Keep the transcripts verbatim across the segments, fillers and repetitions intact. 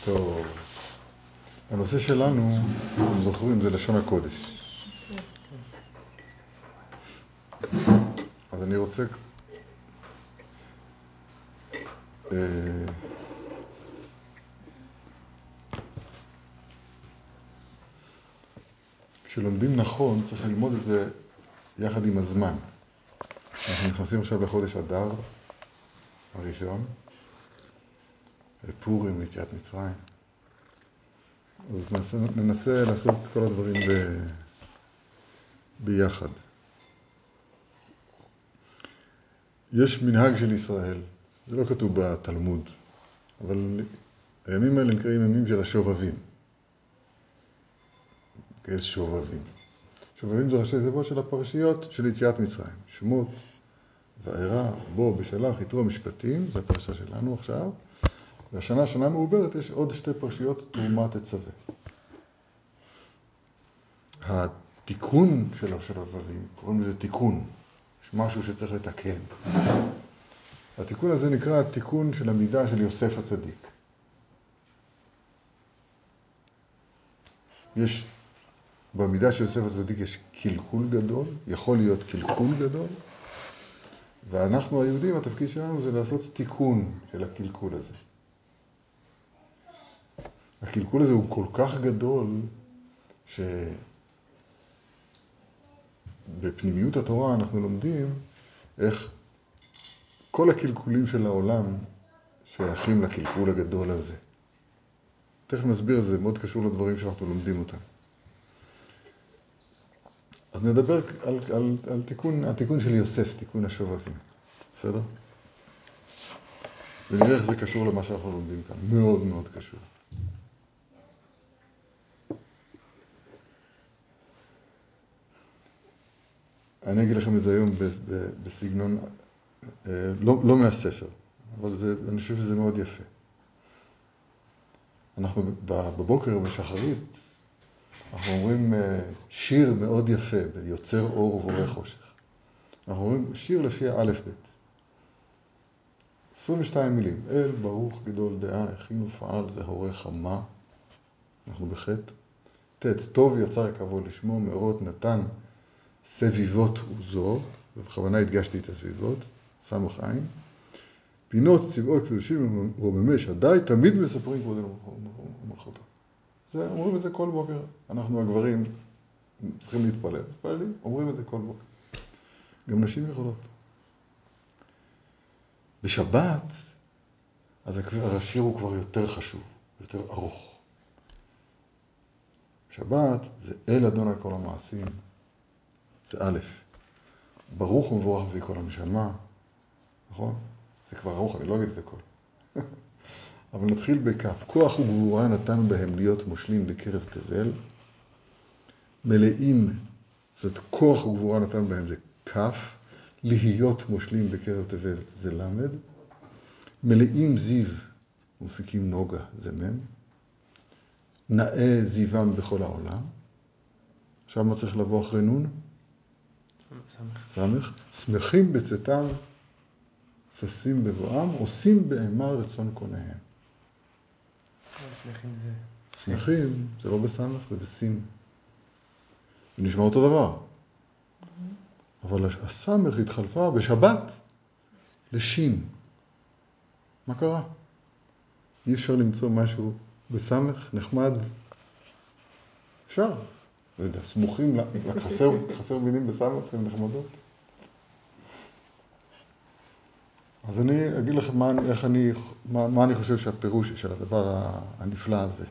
טוב, הנושא שלנו, אתם זוכרים, זה לשון הקודש. אז אני רוצה אה, כשלומדים נכון צריך ללמוד את זה יחד עם הזמן. אנחנו נכנסים עכשיו לחודש אדר הראשון, פורים, ליציאת מצרים. אז ננסה, ננסה לעשות את כל הדברים ב, ביחד. יש מנהג של ישראל, זה לא כתוב בתלמוד, אבל הימים האלה נקראים ימים של השובבים. יש שובבים. שובבים זה ראשי תיבות של הפרשיות של יציאת מצרים. שמות, וארא, בו, בשלח, יתרו, משפטים, זו הפרשה שלנו עכשיו. והשנה, שנה מעוברת, יש עוד שתי פרשיות, תרומה תצווה. התיקון של השובבים, קוראים לזה תיקון. יש משהו שצריך לתקן. התיקון הזה נקרא התיקון של המידה של יוסף הצדיק. יש, במידה של יוסף הצדיק יש קלקול גדול, יכול להיות קלקול גדול, ואנחנו היהודים, התפקיד שלנו זה לעשות תיקון של הקלקול הזה. הקלקול הזה הוא כל כך גדול, שבפנימיות התורה אנחנו לומדים איך כל הקלקולים של העולם שייכים לקלקול הגדול הזה. תכף נסביר את זה, מאוד קשור לדברים שאנחנו לומדים אותם. אז נדבר על, על, על תיקון, התיקון של יוסף, תיקון השובבים. בסדר? ונראה איך זה קשור למה שאנחנו לומדים כאן. מאוד מאוד קשור. אני אגיד לכם את זה היום בסגנון, לא, לא מהספר, אבל זה, אני חושב שזה מאוד יפה. אנחנו בבוקר בשחרית, אנחנו אומרים שיר מאוד יפה, יוצר אור ובורא חושך. אנחנו אומרים שיר לפי האלף בית. עשרים ושתיים מילים. אל, ברוך, גדול, דעה, הכין ופעל, זה הורה חמה. אנחנו בחטא. תת, טוב יצר כבו לשמו, מאורות נתן, סביבות וזו, ובכוונה הדגשתי את הסביבות, סמך עין. פינות, צבעות, קדושים ורוממי שדי, תמיד מספרים כבודנו ומלכותו. זה, אומרים את זה כל בוקר. אנחנו הגברים צריכים להתפלל. מתפללים, אומרים את זה כל בוקר. גם נשים יכולות. בשבת, אז השיר הוא כבר יותר חשוב, יותר ארוך. בשבת זה אל אדון על כל המעשים, זה א', ברוך ומבורך מביא כל הנשמה, נכון? זה כבר ארוך, אני לא אגיד את זה כל. אבל נתחיל בכף. כוח וגבורה נתן בהם להיות מושלים בקרב תבל. מלאים, זאת כוח וגבורה נתן בהם זה כף. להיות מושלים בקרב תבל זה למד. מלאים זיו ומפיקים נוגה זה מם. נאה זיום בכל העולם. עכשיו מה צריך לבוא אחרי נון? סמך. סמך. שמחים בצאתם, ששים בבואם, עושים באימה רצון קונאיהם. שמחים זה... שמחים, זה לא בסמך, זה בסין. זה נשמע אותו דבר. אבל הסמך התחלפה בשבת לשין. מה קרה? אי אפשר למצוא משהו בסמך, נחמד. אפשר. לא יודע, סמוכים, חסר, חסר מילים בסמך שהן נחמדות. אז אני אגיד לכם מה, איך אני, מה, מה אני חושב שהפירוש של הדבר הנפלא הזה.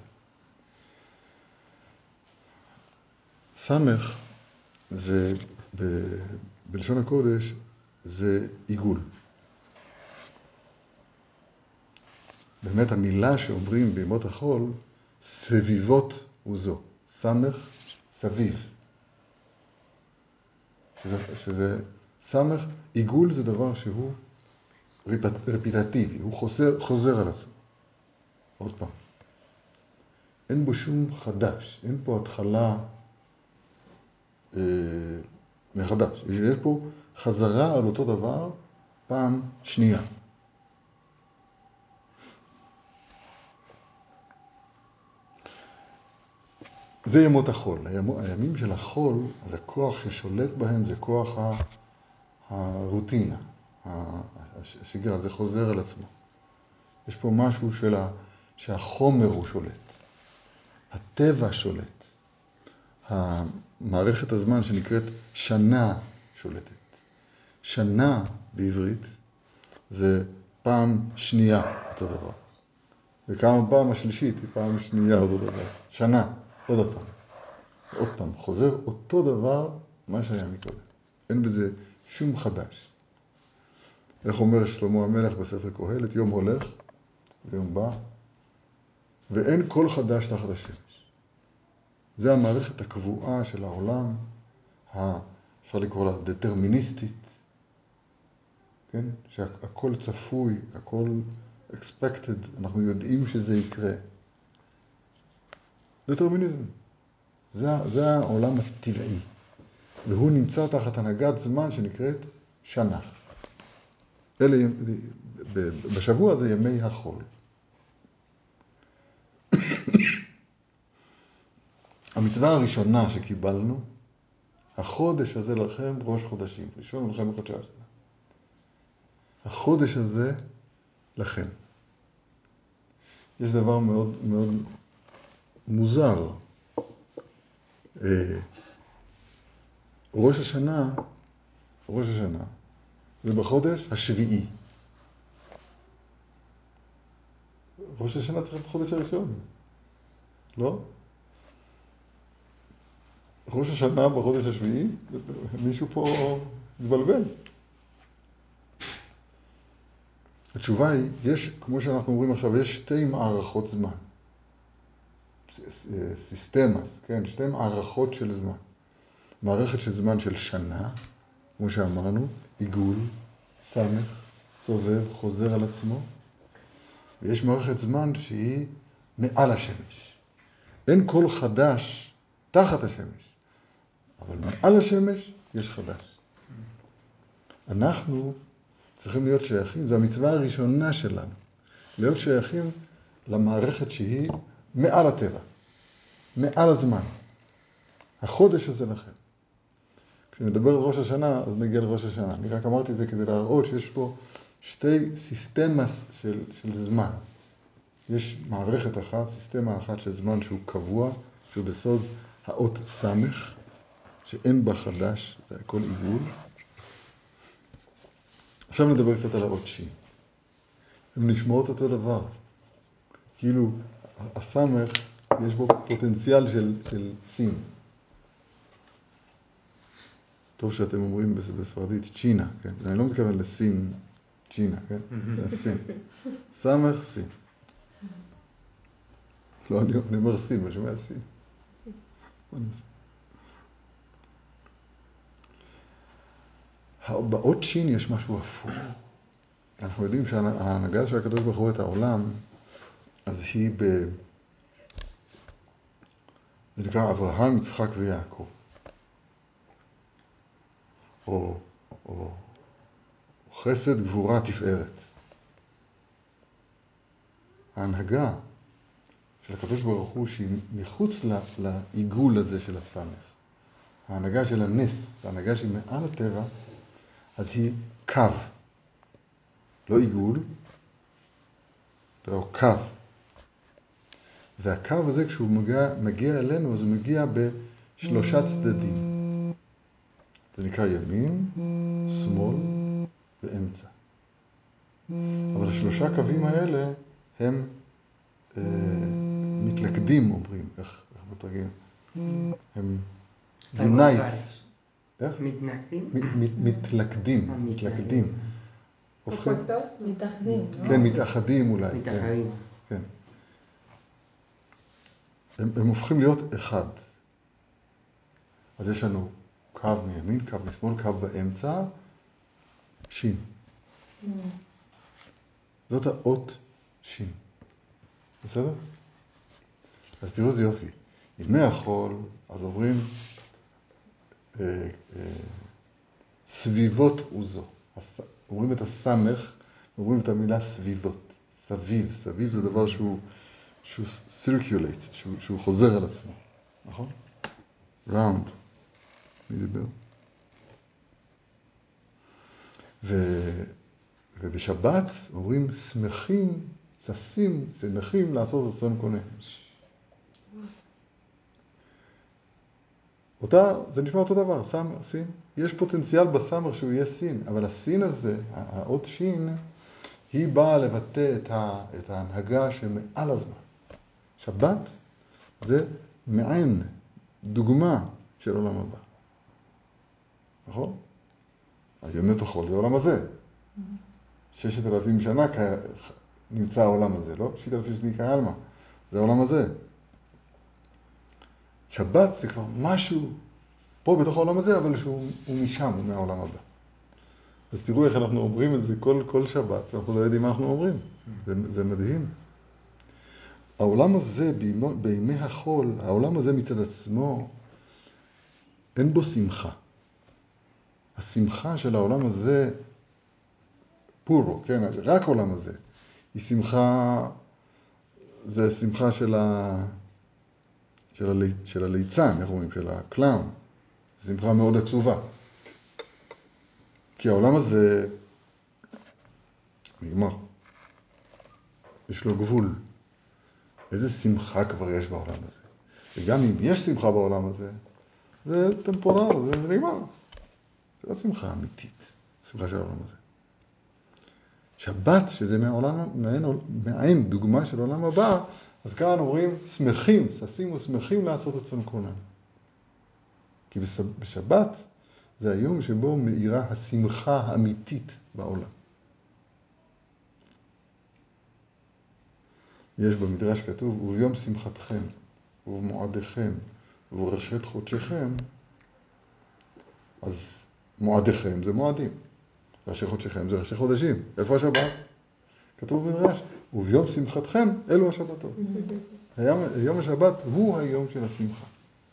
סמך זה, ב, בלשון הקודש, זה עיגול. באמת המילה שאומרים בימות החול, סביבות וזו. סמך, סביב. שזה, שזה סמך, עיגול זה דבר שהוא רפ, רפיטטיבי, הוא חוזר, חוזר על עצמו. עוד פעם. אין בו שום חדש, אין פה התחלה אה, מחדש. יש פה חזרה על אותו דבר פעם שנייה. זה ימות החול. הימים של החול, אז הכוח ששולט בהם זה כוח הרוטינה, השגרה, זה חוזר על עצמו. יש פה משהו של ה, שהחומר הוא שולט, הטבע שולט, המערכת הזמן שנקראת שנה שולטת. שנה בעברית זה פעם שנייה אותו דבר. וכמה פעם השלישית היא פעם שנייה אותו דבר. שנה, עוד פעם. עוד פעם, חוזר אותו דבר מה שהיה מקודם. אין בזה שום חדש. איך אומר שלמה המלך בספר קהלת, יום הולך ויום בא, ואין כל חדש תחת השמש. זה המערכת הקבועה של העולם, אפשר לקרוא לה דטרמיניסטית, כן? שהכל צפוי, הכל expected, אנחנו יודעים שזה יקרה. דטרמיניזם. זה, זה העולם הטבעי. והוא נמצא תחת הנהגת זמן שנקראת שנה. אלה, בשבוע זה ימי החול. המצווה הראשונה שקיבלנו, החודש הזה לכם ראש חודשים, ראשון לכם בחודשי השנה. החודש הזה לכם. יש דבר מאוד מאוד מוזר. ראש השנה, ראש השנה, זה בחודש השביעי. ראש השנה צריך בחודש הראשון, לא? ראש השנה בחודש השביעי, מישהו פה מתבלבל. התשובה היא, יש, כמו שאנחנו אומרים עכשיו, יש שתי מערכות זמן. סיסטמס, כן, שתי מערכות של זמן. מערכת של זמן של שנה, כמו שאמרנו, עיגול, סמך, סובב, חוזר על עצמו. ויש מערכת זמן שהיא מעל השמש. אין כל חדש תחת השמש, אבל מעל השמש יש חדש. אנחנו צריכים להיות שייכים, זו המצווה הראשונה שלנו, להיות שייכים למערכת שהיא מעל הטבע, מעל הזמן. החודש הזה לכם. כשנדבר על ראש השנה, אז נגיע לראש השנה. אני רק אמרתי את זה כדי להראות שיש פה שתי סיסטמס של, של זמן. יש מערכת אחת, סיסטמה אחת של זמן שהוא קבוע, שהוא בסוד האות סמך, שאין בה חדש, זה הכל עיגול. עכשיו נדבר קצת על האות שין. הן נשמעות אותו דבר. כאילו, הסמך, יש בו פוטנציאל של, של סין. טוב שאתם אומרים בספרדית צ'ינה, כן? אני לא מתכוון לסין, צ'ינה, כן? זה סין. סמך, סין. לא, אני, אני אומר סין, אבל שומע סין. באות שין יש משהו הפוך. אנחנו יודעים שההנהגה של הקדוש ברוך הוא את העולם, אז היא ב... זה נקרא אברהם, יצחק ויעקב. או, או חסד, גבורה, תפארת. ההנהגה של הקדוש ברוך הוא שהיא מחוץ לעיגול הזה של הסמך. ההנהגה של הנס, ההנהגה שהיא מעל הטבע, אז היא קו. לא עיגול, לא קו. והקו הזה כשהוא מגיע, מגיע אלינו, אז הוא מגיע בשלושה צדדים. זה נקרא ימין, שמאל ואמצע. אבל השלושה קווים האלה הם אה, מתלכדים, אומרים, איך, איך מתרגים? הם יונייט. איך? מתנגדים? מתלכדים, מתלכדים. מתאחדים. כן, מתאחדים אולי. מתאחדים. כן. הם, הם הופכים להיות אחד. אז יש לנו קו מימין, קו משמאל, קו באמצע, שין. זאת האות שין. בסדר? אז תראו איזה יופי. ימי החול, אז אומרים אה, אה, סביבות עוזו. הס... אומרים את הסמך, אומרים את המילה סביבות. סביב. סביב זה דבר שהוא, שהוא circulates, שהוא, שהוא חוזר על עצמו. נכון? ראונד. מי דיבר? ו... ובשבת אומרים שמחים, ששים, שמחים לעשות רצון קונה. אותה, זה נשמע אותו דבר, סמר, סין. יש פוטנציאל בסמר שהוא יהיה סין, אבל הסין הזה, האות שין, היא באה לבטא את, ה, את ההנהגה שמעל הזמן. שבת זה מעין, דוגמה של עולם הבא. נכון? היום תאכול זה העולם הזה. ששת אלפים שנה נמצא העולם הזה, לא? ששת אלפים שנה כעלמא. זה העולם הזה. שבת זה כבר משהו פה בתוך העולם הזה, אבל שהוא משם, הוא מהעולם הבא. אז תראו איך אנחנו אומרים את זה כל, כל שבת, ואנחנו לא יודעים מה אנחנו אומרים. זה, זה מדהים. העולם הזה, בימי, בימי החול, העולם הזה מצד עצמו, אין בו שמחה. השמחה של העולם הזה, פורו, כן, רק העולם הזה, היא שמחה, זה שמחה של, ה, של, הלי, של הליצן, איך אומרים, של הקלאון. שמחה מאוד עצובה. כי העולם הזה נגמר. יש לו גבול. איזה שמחה כבר יש בעולם הזה. וגם אם יש שמחה בעולם הזה, זה טמפורר, זה נגמר. זה לא שמחה אמיתית, שמחה של העולם הזה. שבת, שזה מהעולם, מעין, מעין דוגמה של עולם הבא, אז כאן אומרים שמחים, ששים ושמחים לעשות את צונקונן. כי בשבת זה היום שבו מאירה השמחה האמיתית בעולם. יש במדרש כתוב, וביום שמחתכם, ובמועדיכם, ובראשית חודשיכם, אז מועדיכם זה מועדים. ראשי חודשיכם זה ראשי חודשים. איפה השבת? כתוב במדרש, וביום שמחתכם, אלו השבתות. היום, יום השבת הוא היום של השמחה.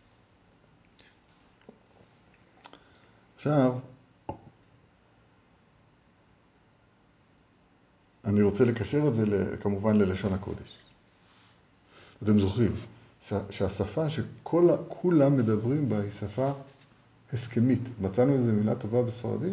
עכשיו, אני רוצה לקשר את זה כמובן ללשון הקודש. אתם זוכרים שהשפה שכולם מדברים בה היא שפה הסכמית. מצאנו איזו מילה טובה בספרדית?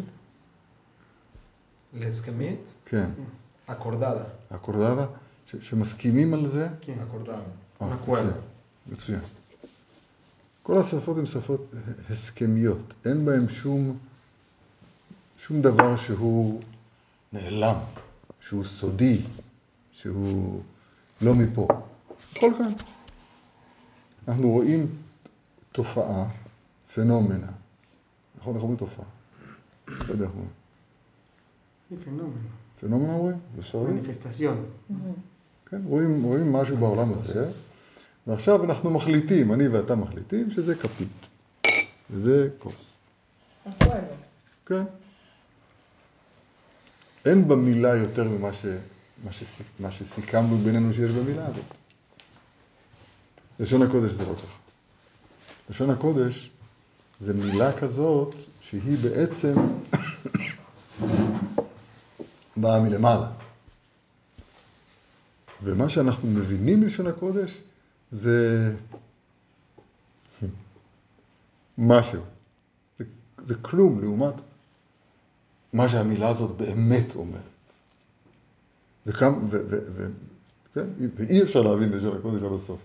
להסכמית? כן. אקורדדה. אקורדדה? ש- שמסכימים על זה? כן. אקורדדה. אה, מקואלה. מצוין, מצוין. כל השפות הן שפות הסכמיות. אין בהן שום, שום דבר שהוא נעלם, שהוא סודי, שהוא לא מפה. הכל כאן. אנחנו רואים תופעה, פנומנה. נכון, איך אומרים תופעה? לא יודע איך אומרים. Sí, fenómeno. פנומנה אומרים? בספרדית? Manifestación. כן, רואים, רואים משהו בעולם הזה, ועכשיו אנחנו מחליטים, אני ואתה מחליטים, שזה כפית, וזה כוס. כן. אין במילה יותר ממה ש, מה ש, מה שסיכמנו בינינו שיש במילה הזאת. לשון הקודש זה לא ככה. לשון הקודש זה מילה כזאת שהיא בעצם באה מלמעלה. ומה שאנחנו מבינים בלשון הקודש זה משהו. זה, זה כלום לעומת מה שהמילה הזאת באמת אומרת. וכם, ו, ו, ו, כן? ואי אפשר להבין לשון הקודש עד הסוף.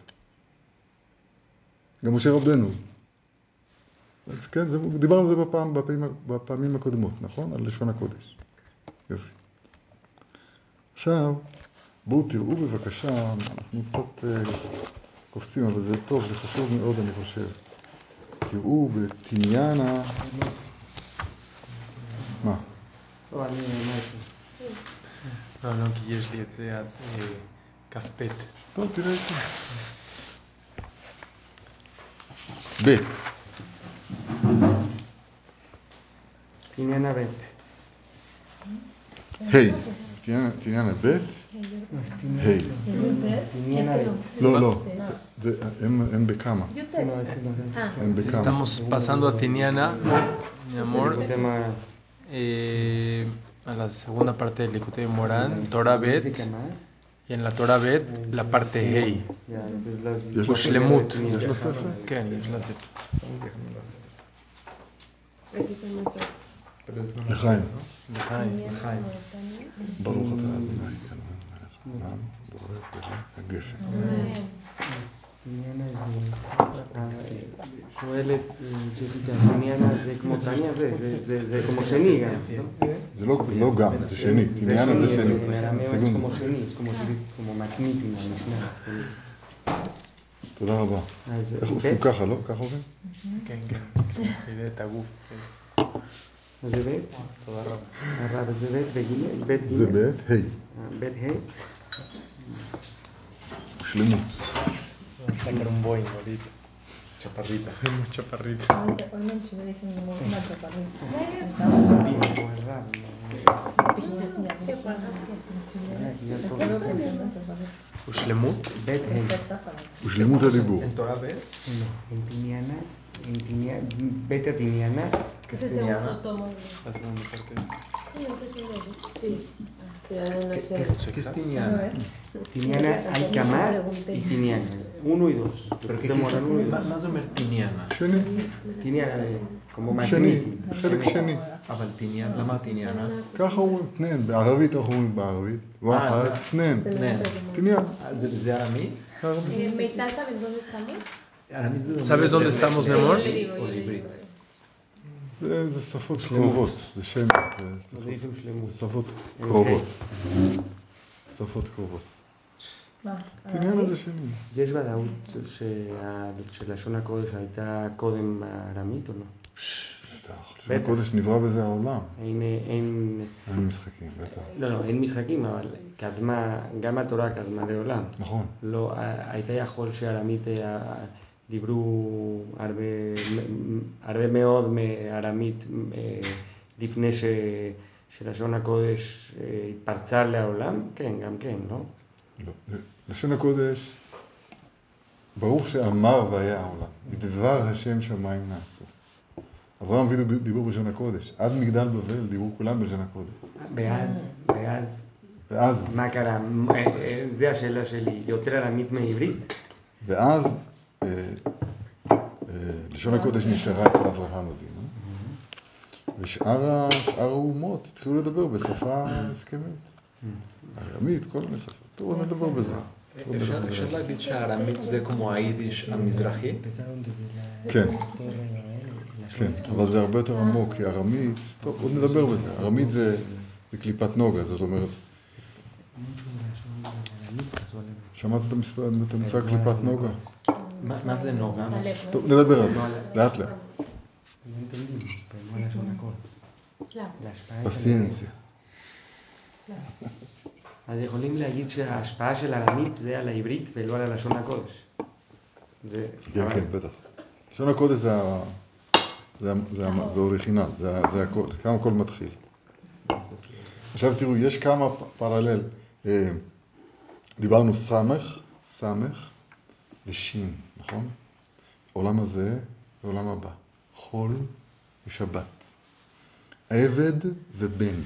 גם משה רבנו. אז כן, זה, דיברנו על זה בפעם, בפעמים, בפעמים הקודמות, נכון? על לשון הקודש. יופי. עכשיו, בואו תראו בבקשה, אנחנו קצת uh, קופצים, אבל זה טוב, זה חשוב מאוד, אני חושב. תראו בתניאנה... מה? לא, אני אמרתי. לא, לא, כי יש לי את זה עד כ"ב. טוב, תראה את זה. בית. Tiniana Bet. היי. תניאנה בית. היי. Tiniana Bet. לא, לא. זה- הם הם בכמה. Sí, no, ese no es. הם בכמה. Estamos pasando a Tiniana, mi El amor, tema eh, a la segunda parte del Likutei Morán, Torah Bet, dice que más. Y en la Torah Bet, la parte Hei. יש לו שלמות. יש לו ספר? כן, יש לה ספר. לחיים. לחיים. לחיים. ברוך אתה אדוני אלוהינו מלך העולם, בורא פלא הגפן. טיניאנה זה... שואלת ג'סיקה, טיניאנה זה כמו טניה, זה כמו שני גם. זה לא גם, זה שני. טיניאנה זה שני. זה כמו שני, זה כמו מתנית עם המשנה. תודה רבה. איך עושים ככה, לא? ככה עושים? כן, כן. תראה את הגוף. זה בית? תודה רבה. הרב זה בית וגימל? בית גימל? זה בית, היי. בית היי? שלמות. Sacar un Boeing ahorita. Chaparrita. Chaparrita. Hoy me enchilé y dije, no, una chaparrita. ושלמות? בית היי. ושלמות הדיבור. En Torah Bet, En Tiniana, en Tiniana, Beta Tiniana. que es Tiniana. La segunda parte. Sí, antes un bebé. Sí. ¿Qué es, qué es Tiniana? Tiniana hay Kamar y Tiniana. Uno y dos. ¿Pero qué Te quiere moran uno y decir? dos. מה זה אומר Tiniana? שני. Tiniana, como שני. מתנית. חלק שני. אבל Tiniana, למה Tiniana? ככה אומרים תנן. בערבית אנחנו אומרים בערבית. ואחד תנן. תניאן. זה זה ארמי? Meital, ¿sabes dónde estamos? ארמית זה... ¿Sabes dónde estamos, mi amor? Yo le digo, או yo le לעברית. digo. זה זה שפות קרובות. זה שם. זה זה שפות- שלמות. זה שפות קרובות. שפות קרובות. מה? תניאנה זה שני. יש ודאות שה- שלשון הקודש הייתה קודם הארמית או לא? בטח. שהקודש נברא בזה העולם. אין, אין, אין משחקים, בטח. לא, לא, אין משחקים, אבל קדמה, גם התורה קדמה לעולם. נכון. לא, הייתה יכול שארמית היה- דיברו הרבה, הרבה מאוד מארמית אה, לפני ש, שלשון הקודש אה, התפרצה לעולם? כן, גם כן, לא? לא. לשון הקודש, ברוך שאמר והיה העולם. בדבר השם שמיים נעשו. אברהם אבינו דיבור בלשון הקודש. עד מגדל בבל דיברו כולם בלשון הקודש. ואז, ואז, ואז, מה קרה? אה, אה, זה השאלה שלי, יותר ארמית מעברית? ואז אה, אה, לשון הקודש נשארה אצל אברהם אבינו. ושאר ה- שאר האומות התחילו לדבר בשפה הסכמית. ארמית, כל מיני שפות. טוב, עוד נדבר בזה. עוד נדבר אפשר בזה. אפשר להגיד שהארמית זה כמו היידיש המזרחי? כן, כן, אבל זה הרבה יותר עמוק, כי ארמית, טוב, עוד נדבר בזה. ארמית זה, זה קליפת נוגה, זאת אומרת, שמעת את המספר- את המושג קליפת נוגה? מה מה זה נוגה? טוב, נדבר על זה, לאט לאט. לא entendí, pero no a לשון הקודש. Claro. להשפעה פסיאנסיה. אז יכולים להגיד שההשפעה של ארמית זה על העברית ולא על הלשון הקודש. זה... כן, כן, בטח. לשון הקודש זה ה- זה ה- זה ה- זה האוריגינל, זה ה- זה הכל, כמה הכל מתחיל. עכשיו תראו, יש כמה פ- פרלל. אה, דיברנו סמך, סמך ושין, נכון? עולם הזה ועולם הבא. חול ושבת. עבד ובן.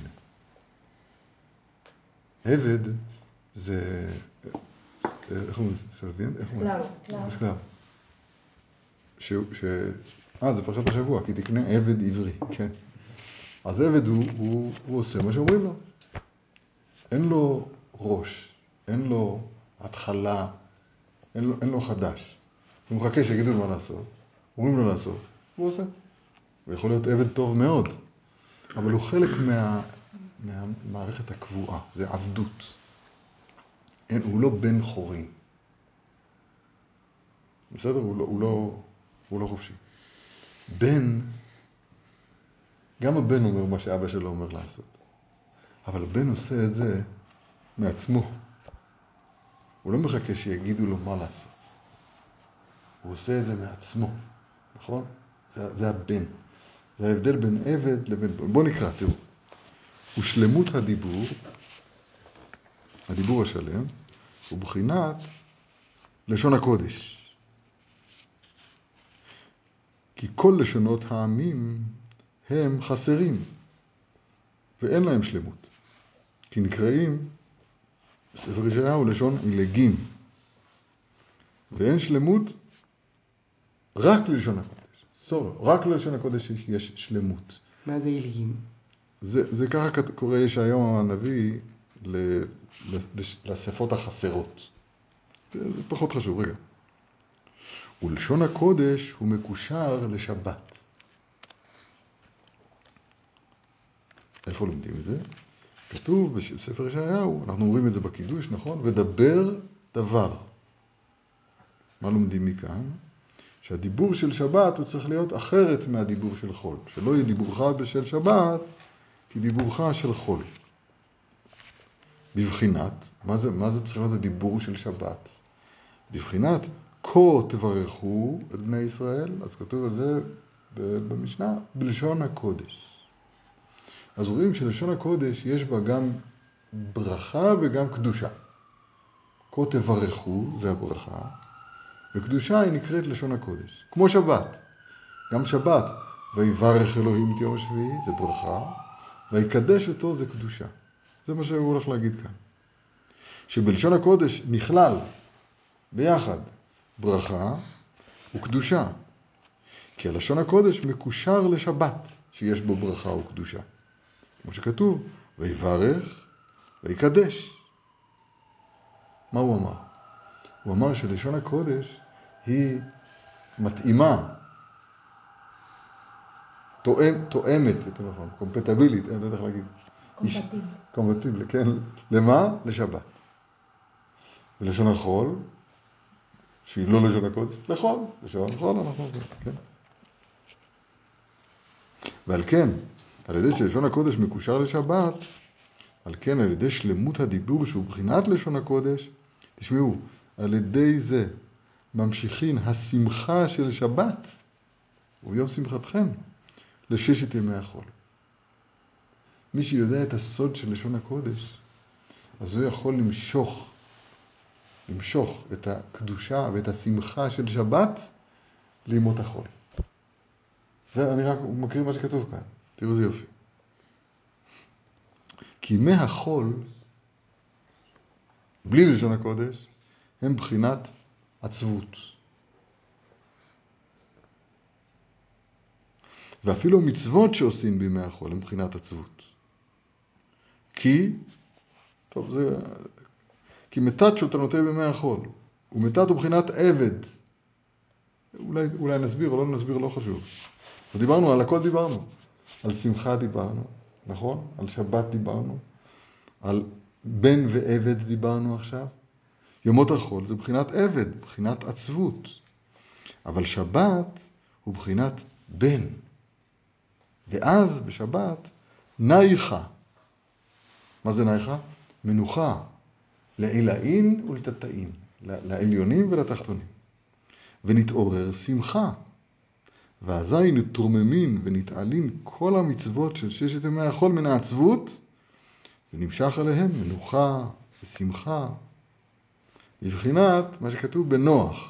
עבד זה, אה, איך אומרים? סלוויין? איך אומרים? Esclavo. אסקלב. ש... ש... אה, זה פרשת השבוע, כי תקנה עבד עברי, כן. אז עבד הוא, הוא, הוא עושה מה שאומרים לו. אין לו ראש, אין לו התחלה, אין לו, אין לו חדש. הוא מחכה שיגידו לו מה לעשות, אומרים לו לעשות, הוא עושה. הוא יכול להיות עבד טוב מאוד, אבל הוא חלק מה, מהמערכת הקבועה, זה עבדות. אין, הוא לא בן חורין. בסדר? הוא לא, הוא לא, הוא לא חופשי. בן, גם הבן אומר מה שאבא שלו אומר לעשות. אבל הבן עושה את זה מעצמו. הוא לא מחכה שיגידו לו מה לעשות. הוא עושה את זה מעצמו. נכון? זה, זה הבן. זה ההבדל בין עבד לבין... בוא נקרא, תראו. ושלמות הדיבור, הדיבור השלם, הוא בחינת לשון הקודש. כי כל לשונות העמים הם חסרים, ואין להם שלמות. כי נקראים ספר ישעיהו הוא לשון עילגים. ואין שלמות רק ללשון הקודש. סולו, רק ללשון הקודש יש, יש שלמות. מה זה עילגים? זה, זה ככה קורא ישעיהו הנביא ל, ל, לשפות החסרות. זה פחות חשוב, רגע. ולשון הקודש הוא מקושר לשבת. איפה לומדים את זה? כתוב בספר ישעיהו, אנחנו אומרים את זה בקידוש, נכון? ודבר דבר. מה לומדים מכאן? שהדיבור של שבת הוא צריך להיות אחרת מהדיבור של חול. שלא יהיה דיבורך בשל שבת, כי דיבורך של חול. בבחינת, מה זה, מה זה צריך להיות הדיבור של שבת? בבחינת, כה תברכו את בני ישראל, אז כתוב על זה במשנה, בלשון הקודש. אז רואים שלשון הקודש יש בה גם ברכה וגם קדושה. כה תברכו, זה הברכה, וקדושה היא נקראת לשון הקודש. כמו שבת. גם שבת, ויברך אלוהים את יום השביעי, זה ברכה, ויקדש אותו זה קדושה. זה מה שהוא הולך להגיד כאן. שבלשון הקודש נכלל ביחד ברכה וקדושה. כי הלשון הקודש מקושר לשבת, שיש בו ברכה וקדושה. כמו שכתוב, ויברך ויקדש. מה הוא אמר? הוא אמר שלשון הקודש היא מתאימה, תואם, תואמת, יותר נכון, קומפטבילית, אין לדעת להגיד. קומפטיבל. קומפטיבל, כן. למה? לשבת. ולשון החול, שהיא לא לשון הקודש, לחול. לשון החול אנחנו אומרים, כן. ועל כן, על ידי שלשון הקודש מקושר לשבת, על כן, על ידי שלמות הדיבור שהוא בחינת לשון הקודש, תשמעו, על ידי זה ממשיכין השמחה של שבת, וביום שמחתכם, לששת ימי החול. מי שיודע את הסוד של לשון הקודש, אז הוא יכול למשוך, למשוך את הקדושה ואת השמחה של שבת לימות החול. זה אני רק מקריא מה שכתוב כאן, תראו איזה יופי. כי ימי החול, בלי לשון הקודש, הם בחינת עצבות. ואפילו מצוות שעושים בימי החול הם בחינת עצבות. כי, טוב זה, כי מתת שולטנותי בימי החול, ומתת הוא בחינת עבד. אולי, אולי נסביר או לא נסביר, לא חשוב. ודיברנו, על הכל דיברנו. על שמחה דיברנו, נכון? על שבת דיברנו. על בן ועבד דיברנו עכשיו. ימות החול זה בחינת עבד, בחינת עצבות. אבל שבת הוא בחינת בן. ואז בשבת נייחה. מה זה נייחה? מנוחה. לעילאין ולתתאין. לעליונים ולתחתונים. ונתעורר שמחה. ואזי נתרוממין ונתעלין כל המצוות של ששת ימי החול מן העצבות, ונמשך עליהם מנוחה ושמחה. בבחינת מה שכתוב בנוח.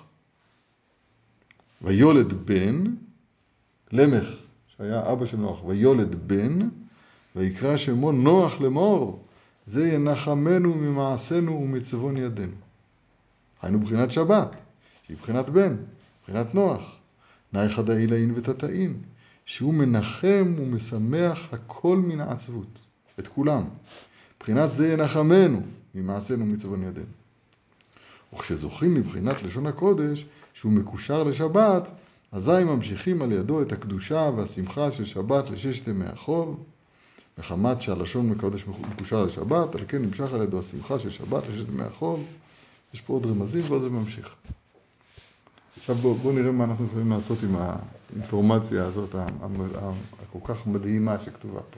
ויולד בן, למך, שהיה אבא של נוח, ויולד בן, ויקרא שמו נוח לאמור, זה ינחמנו ממעשינו ומצוון ידינו. היינו בחינת שבת, שהיא בחינת בן, בחינת נוח. נייחא דעילאין ותתאין, שהוא מנחם ומשמח הכל מן העצבות, את כולם. בחינת זה ינחמנו ממעשינו ומצוון ידינו. וכשזוכים לבחינת לשון הקודש, שהוא מקושר לשבת, אזי ממשיכים על ידו את הקדושה והשמחה של שבת לששת ימי החול, מחמת שהלשון מקודש מקושר לשבת, על כן נמשך על ידו השמחה של שבת לששת ימי החול. יש פה עוד רמזים ואז זה ממשיך. עכשיו בואו בוא נראה מה אנחנו יכולים לעשות עם האינפורמציה הזאת, הכל כך מדהימה שכתובה פה.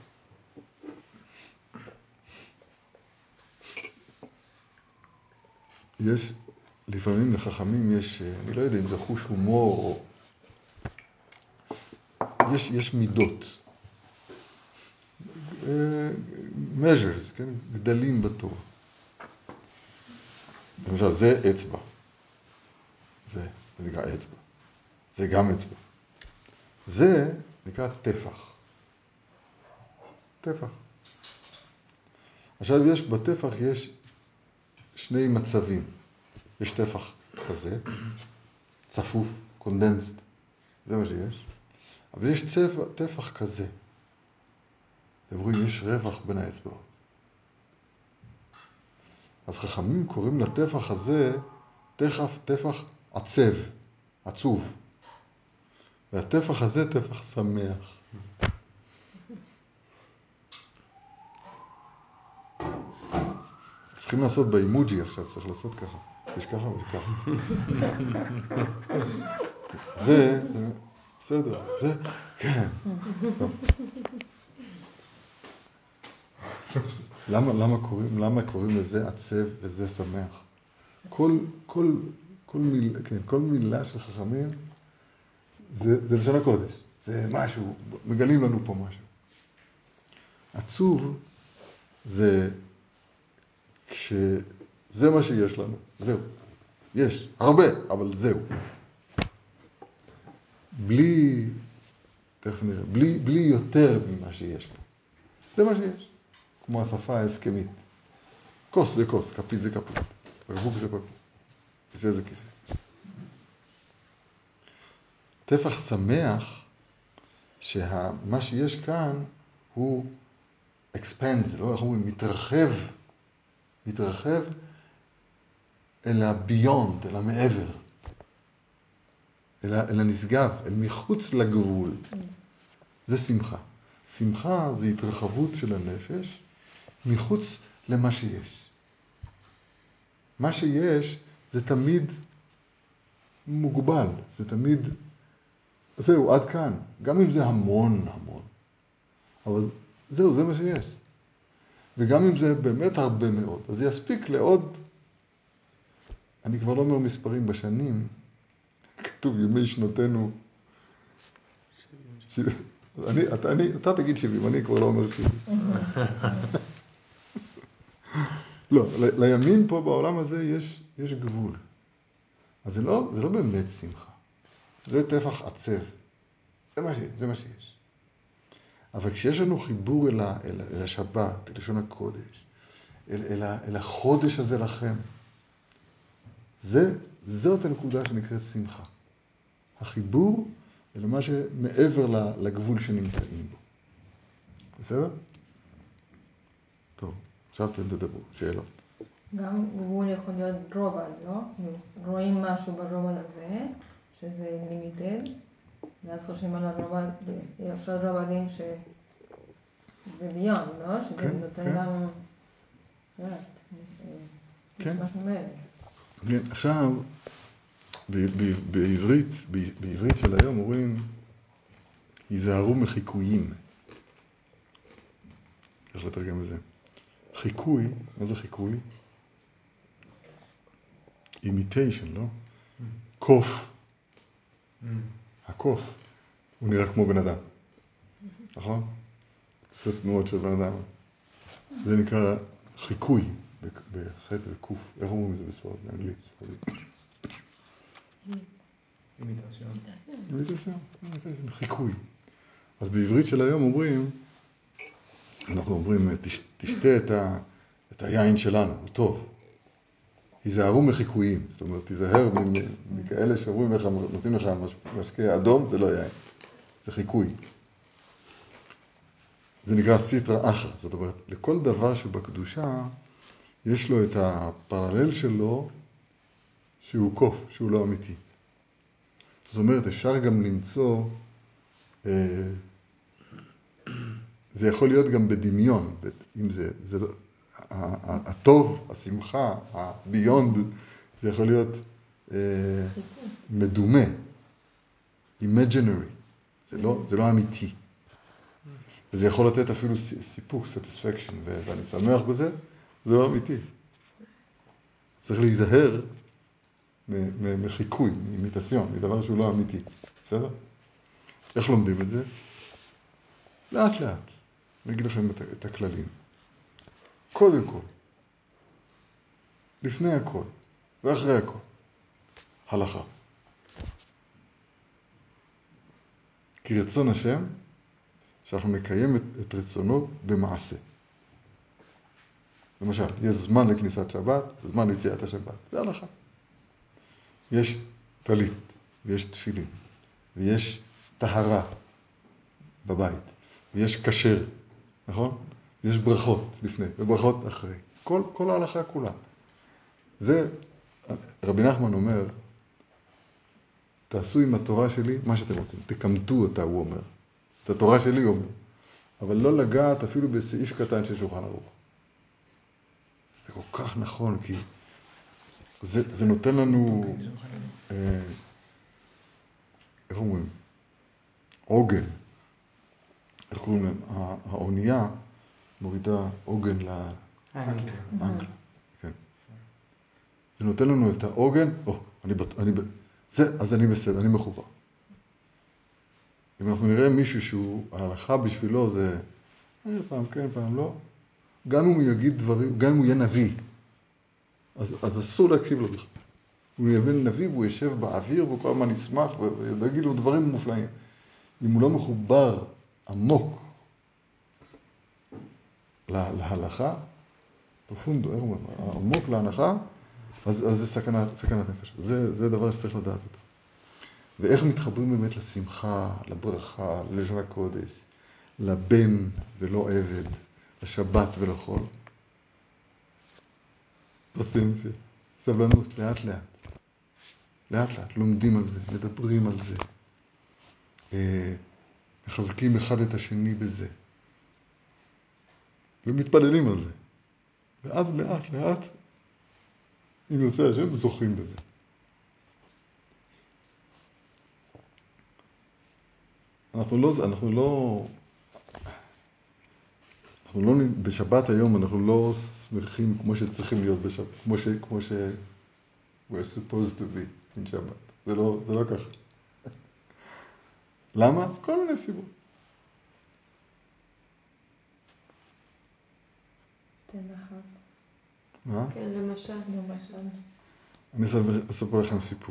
יש, לפעמים לחכמים יש, אני לא יודע אם זה חוש הומור או... יש, יש מידות. measures, כן? גדלים בתורה. למשל, זה אצבע. זה, זה נקרא אצבע. זה גם אצבע. זה נקרא טפח. טפח. עכשיו יש, בטפח יש שני מצבים. יש טפח כזה, צפוף, קונדנסט, זה מה שיש. אבל יש צבע, טפח כזה. אתם רואים, יש רווח בין האצבעות. אז חכמים קוראים לטפח הזה טפח, טפח עצב, עצוב. והטפח הזה טפח שמח. צריכים לעשות באימוג'י עכשיו, צריך לעשות ככה. יש ככה ויש ככה. זה, זה, בסדר, זה, כן. למה, למה קוראים, למה קוראים לזה עצב וזה שמח? כל, כל, כל מילה, כן, כל מילה של חכמים, זה, זה לשון הקודש. זה משהו, מגלים לנו פה משהו. עצוב זה כשזה מה שיש לנו, זהו. יש, הרבה, אבל זהו. בלי, תכף נראה, בלי, בלי יותר ממה שיש פה. זה מה שיש. כמו השפה ההסכמית. כוס זה כוס, כפית זה כפית. בקבוק זה בקבוק. כיסא זה כיסא. טפח שמח, שמה שיש כאן הוא expand, זה לא איך אומרים, מתרחב, מתרחב אל ה-beyond, אל המעבר, אל, אל הנשגב, אל מחוץ לגבול. זה שמחה. שמחה זה התרחבות של הנפש מחוץ למה שיש. מה שיש זה תמיד מוגבל, זה תמיד, זהו, עד כאן. גם אם זה המון המון. אבל זהו, זה מה שיש. וגם אם זה באמת הרבה מאוד, אז זה יספיק לעוד, אני כבר לא אומר מספרים בשנים, כתוב ימי שנותינו, ש... אני, אתה, אני, אתה תגיד שבעים, אני כבר לא אומר שבעים. לא, ל, לימין פה בעולם הזה יש, יש גבול. אז זה לא, זה לא באמת שמחה. זה טפח עצב. זה מה, זה מה שיש. אבל כשיש לנו חיבור אל, ה, אל, אל השבת, אל לשון הקודש, אל, אל, אל החודש הזה לכם, זה, זאת הנקודה שנקראת שמחה. החיבור אל מה שמעבר לגבול שנמצאים בו. בסדר? טוב, עכשיו אתם תדברו, שאלות. גם גבול יכול להיות רובד, לא? רואים משהו ברובד הזה, שזה לימיטד, ואז חושבים על הרובד, יש עוד רובדים שזה ביון, לא? שזה כן, נותן כן. לנו, יודעת, יש כן. משהו מעבר. כן, עכשיו, ב- ב- בעברית, ב- בעברית של היום אומרים, היזהרו מחיקויים. איך לתרגם את זה? חיקוי, מה זה חיקוי? imitation, לא? קוף. הקוף, הוא נראה כמו בן אדם. נכון? עושה תנועות של בן אדם. זה נקרא חיקוי, בחטא וקוף. איך אומרים את זה בספרד, באנגלית? אימיטציון. אימיטציון, זה חיקוי. אז בעברית של היום אומרים, אנחנו אומרים, תש, תשתה את, ה, את היין שלנו, הוא טוב. היזהרו מחיקויים, זאת אומרת, תיזהר מכאלה שאומרים לך, נותנים לך משקה אדום, זה לא יין, זה חיקוי. זה נקרא סיטרא אחרא, זאת אומרת, לכל דבר שבקדושה, יש לו את הפרלל שלו, שהוא קוף, שהוא לא אמיתי. זאת אומרת, אפשר גם למצוא, אה, זה יכול להיות גם בדמיון, אם זה, זה לא, הטוב, השמחה, הביונד, זה יכול להיות אה, מדומה, imaginary, זה לא, זה לא אמיתי. וזה יכול לתת אפילו סיפוק, satisfaction, ואני שמח בזה, זה לא אמיתי. צריך להיזהר מחיקוי, מאימיטציון, מדבר שהוא לא אמיתי. בסדר? איך לומדים את זה? לאט לאט. אני אגיד לכם את הכללים. קודם כל, לפני הכל, ואחרי הכל, הלכה. כי רצון השם, שאנחנו נקיים את, את רצונו במעשה. למשל, יש זמן לכניסת שבת, זמן ליציאת השבת, זה הלכה. יש טלית, ויש תפילין, ויש טהרה בבית, ויש כשר, נכון? ויש ברכות לפני, וברכות אחרי. כל, כל ההלכה כולה. זה, רבי נחמן אומר, תעשו עם התורה שלי מה שאתם רוצים, תקמתו אותה, הוא אומר. את התורה שלי הוא אומר. אבל לא לגעת אפילו בסעיף קטן של שולחן ערוך. זה כל כך נכון, כי זה, זה נותן לנו, אה, איך אומרים? עוגן. איך קוראים להם? האונייה מורידה עוגן לאנגלה. כן. זה נותן לנו את העוגן, או, אני, אני, זה, אז אני בסדר, אני מחובר. אם אנחנו נראה מישהו שהוא, ההלכה בשבילו זה, אה, פעם כן, פעם לא, גם אם הוא יגיד דברים, גם אם הוא יהיה נביא, אז, אז אסור להקשיב לו בכלל. הוא יהיה נביא והוא יושב באוויר והוא כל הזמן ישמח ויגיד לו דברים מופלאים. אם הוא לא מחובר עמוק להלכה, פרופונדו, איך אומרים, עמוק להנחה, אז, אז זה סכנת, סכנת נפש. זה, זה דבר שצריך לדעת אותו. ואיך מתחברים באמת לשמחה, לברכה, ללשון הקודש, לבן ולא עבד, לשבת ולא חול. פרסנציה, סבלנות, לאט לאט. לאט לאט, לומדים על זה, מדברים על זה. אה, מחזקים אחד את השני בזה. ומתפללים על זה. ואז לאט לאט, אם יוצא השם, זוכים בזה. אנחנו לא, אנחנו לא, אנחנו לא, בשבת היום אנחנו לא שמחים כמו שצריכים להיות בשבת, כמו ש, כמו ש, we're supposed to be in שבת. זה לא, זה לא ככה. למה? כל מיני סיבות. תן אחת. מה? כן, למשל, למשל. אני אספר, אספר לכם סיפור.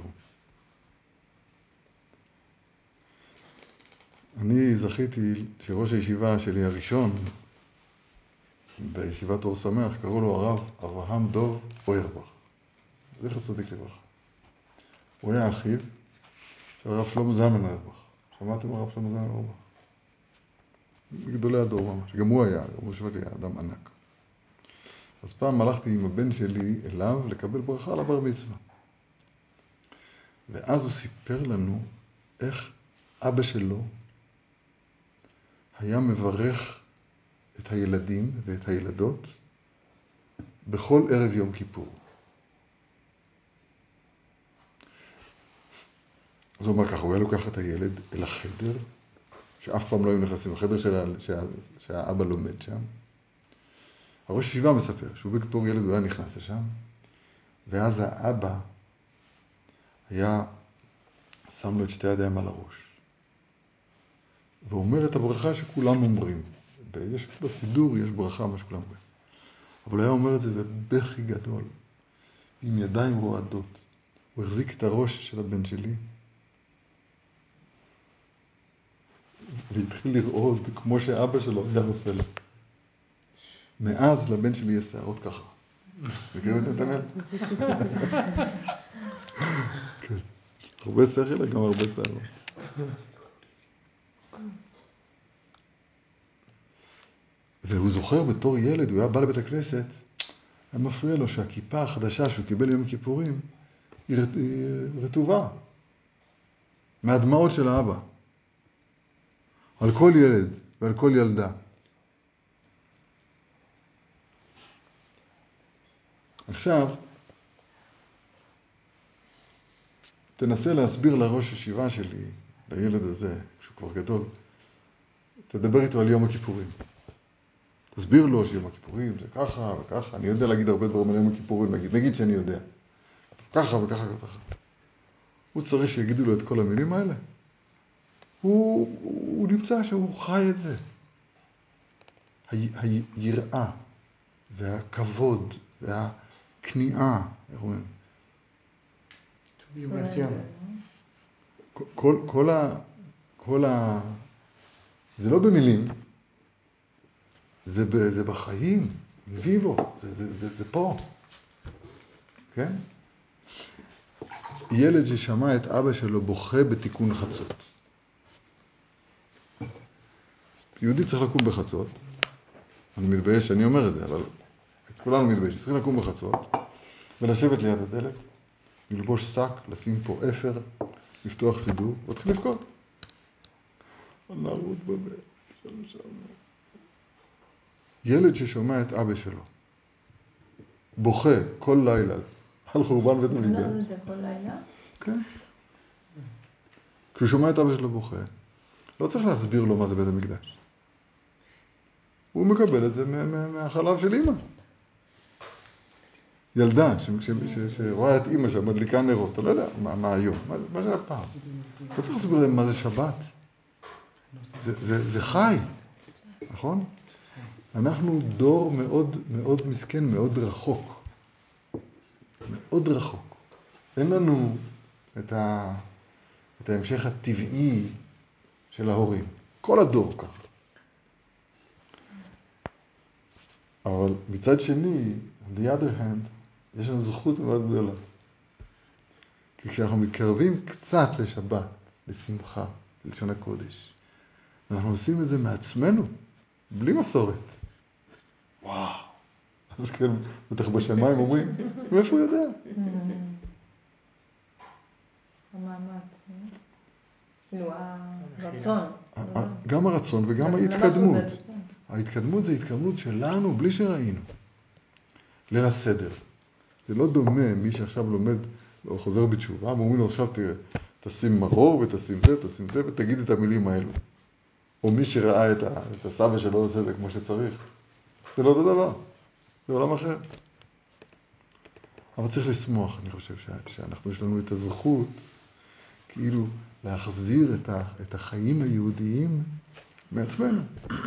אני זכיתי שראש הישיבה שלי הראשון, בישיבת אור שמח, קראו לו הרב אברהם דוב אוירבך. זכר צדיק לברכה. הוא היה אחיו של הרב שלמה זלמן אוירבך. שמעתם הרב שלמה זלמן אוירבך? מגדולי הדור ממש. גם הוא היה, גם הוא שווה היה אדם ענק. אז פעם הלכתי עם הבן שלי אליו לקבל ברכה על הבר מצווה. ואז הוא סיפר לנו איך אבא שלו היה מברך את הילדים ואת הילדות בכל ערב יום כיפור. אז הוא אומר ככה, הוא היה לוקח את הילד אל החדר, שאף פעם לא היו נכנסים לחדר שה, שה, שהאבא לומד שם. הראש ישיבה מספר שהוא בתור ילד הוא היה נכנס לשם, ואז האבא היה שם לו את שתי ידיים על הראש. ואומר את הברכה שכולם אומרים. יש בסידור, יש ברכה, מה שכולם אומרים. אבל הוא היה אומר את זה בבכי גדול, עם ידיים רועדות. הוא החזיק את הראש של הבן שלי, והתחיל לרעוד כמו שאבא שלו היה עושה לו. מאז לבן שלי יש שערות ככה. מכירים את נתנאל? כן. הרבה שכל, גם הרבה שערות. והוא זוכר בתור ילד, הוא היה בא לבית הכנסת, היה מפריע לו שהכיפה החדשה שהוא קיבל יום הכיפורים, היא רטובה. מהדמעות של האבא. על כל ילד ועל כל ילדה. עכשיו, תנסה להסביר לראש הישיבה שלי, לילד הזה, שהוא כבר גדול, תדבר איתו על יום הכיפורים. תסביר לו שיום הכיפורים זה ככה וככה, אני יודע להגיד הרבה דברים על יום הכיפורים, נגיד, נגיד שאני יודע. ככה וככה וככה. הוא צריך שיגידו לו את כל המילים האלה. הוא, הוא נמצא שהוא חי את זה. היראה והכבוד והכניעה, איך אומרים? כל, כל ה... כל ה... זה לא במילים, זה, ב, זה בחיים, אין ויבו, זה, זה, זה, זה פה. כן? ילד ששמע את אבא שלו בוכה בתיקון חצות. יהודי צריך לקום בחצות. אני מתבייש שאני אומר את זה, אבל כולנו מתביישים. צריכים לקום בחצות ולשבת ליד הדלת, ללבוש שק, לשים פה אפר, לפתוח סידור, ולהתחיל לבכות. הנערות בבית, שלום שלום. ילד ששומע את אבא שלו בוכה כל לילה על חורבן בית המקדש. אנחנו את זה כל לילה? כן. כשהוא שומע את אבא שלו בוכה, לא צריך להסביר לו מה זה בית המקדש. הוא מקבל את זה מהחלב של אמא. ילדה שרואה את אמא שם, מדליקה נרות, אתה לא יודע מה היום, מה שהיה פעם. לא צריך להסביר להם מה זה שבת. זה חי, נכון? אנחנו דור מאוד מאוד מסכן, מאוד רחוק. מאוד רחוק. אין לנו את, ה, את ההמשך הטבעי של ההורים. כל הדור ככה. אבל מצד שני, on the other hand, יש לנו זכות מאוד גדולה. כי כשאנחנו מתקרבים קצת לשבת, לשמחה, ללשון הקודש, אנחנו עושים את זה מעצמנו, בלי מסורת. וואו. אז כן, בטח בשמיים אומרים, מאיפה הוא יודע? המאמץ, כאילו הרצון. גם הרצון וגם ההתקדמות. ההתקדמות זה התקדמות שלנו בלי שראינו. ליל הסדר. זה לא דומה מי שעכשיו לומד או חוזר בתשובה, אומרים לו עכשיו תשים מרור ותשים זה, תשים זה ותגיד את המילים האלו. או מי שראה את, ה, את הסבא שלו עושה את זה כמו שצריך. זה לא אותו דבר. זה עולם אחר. אבל צריך לשמוח, אני חושב, שאנחנו יש לנו את הזכות, כאילו, להחזיר את, ה, את החיים היהודיים מעצמנו.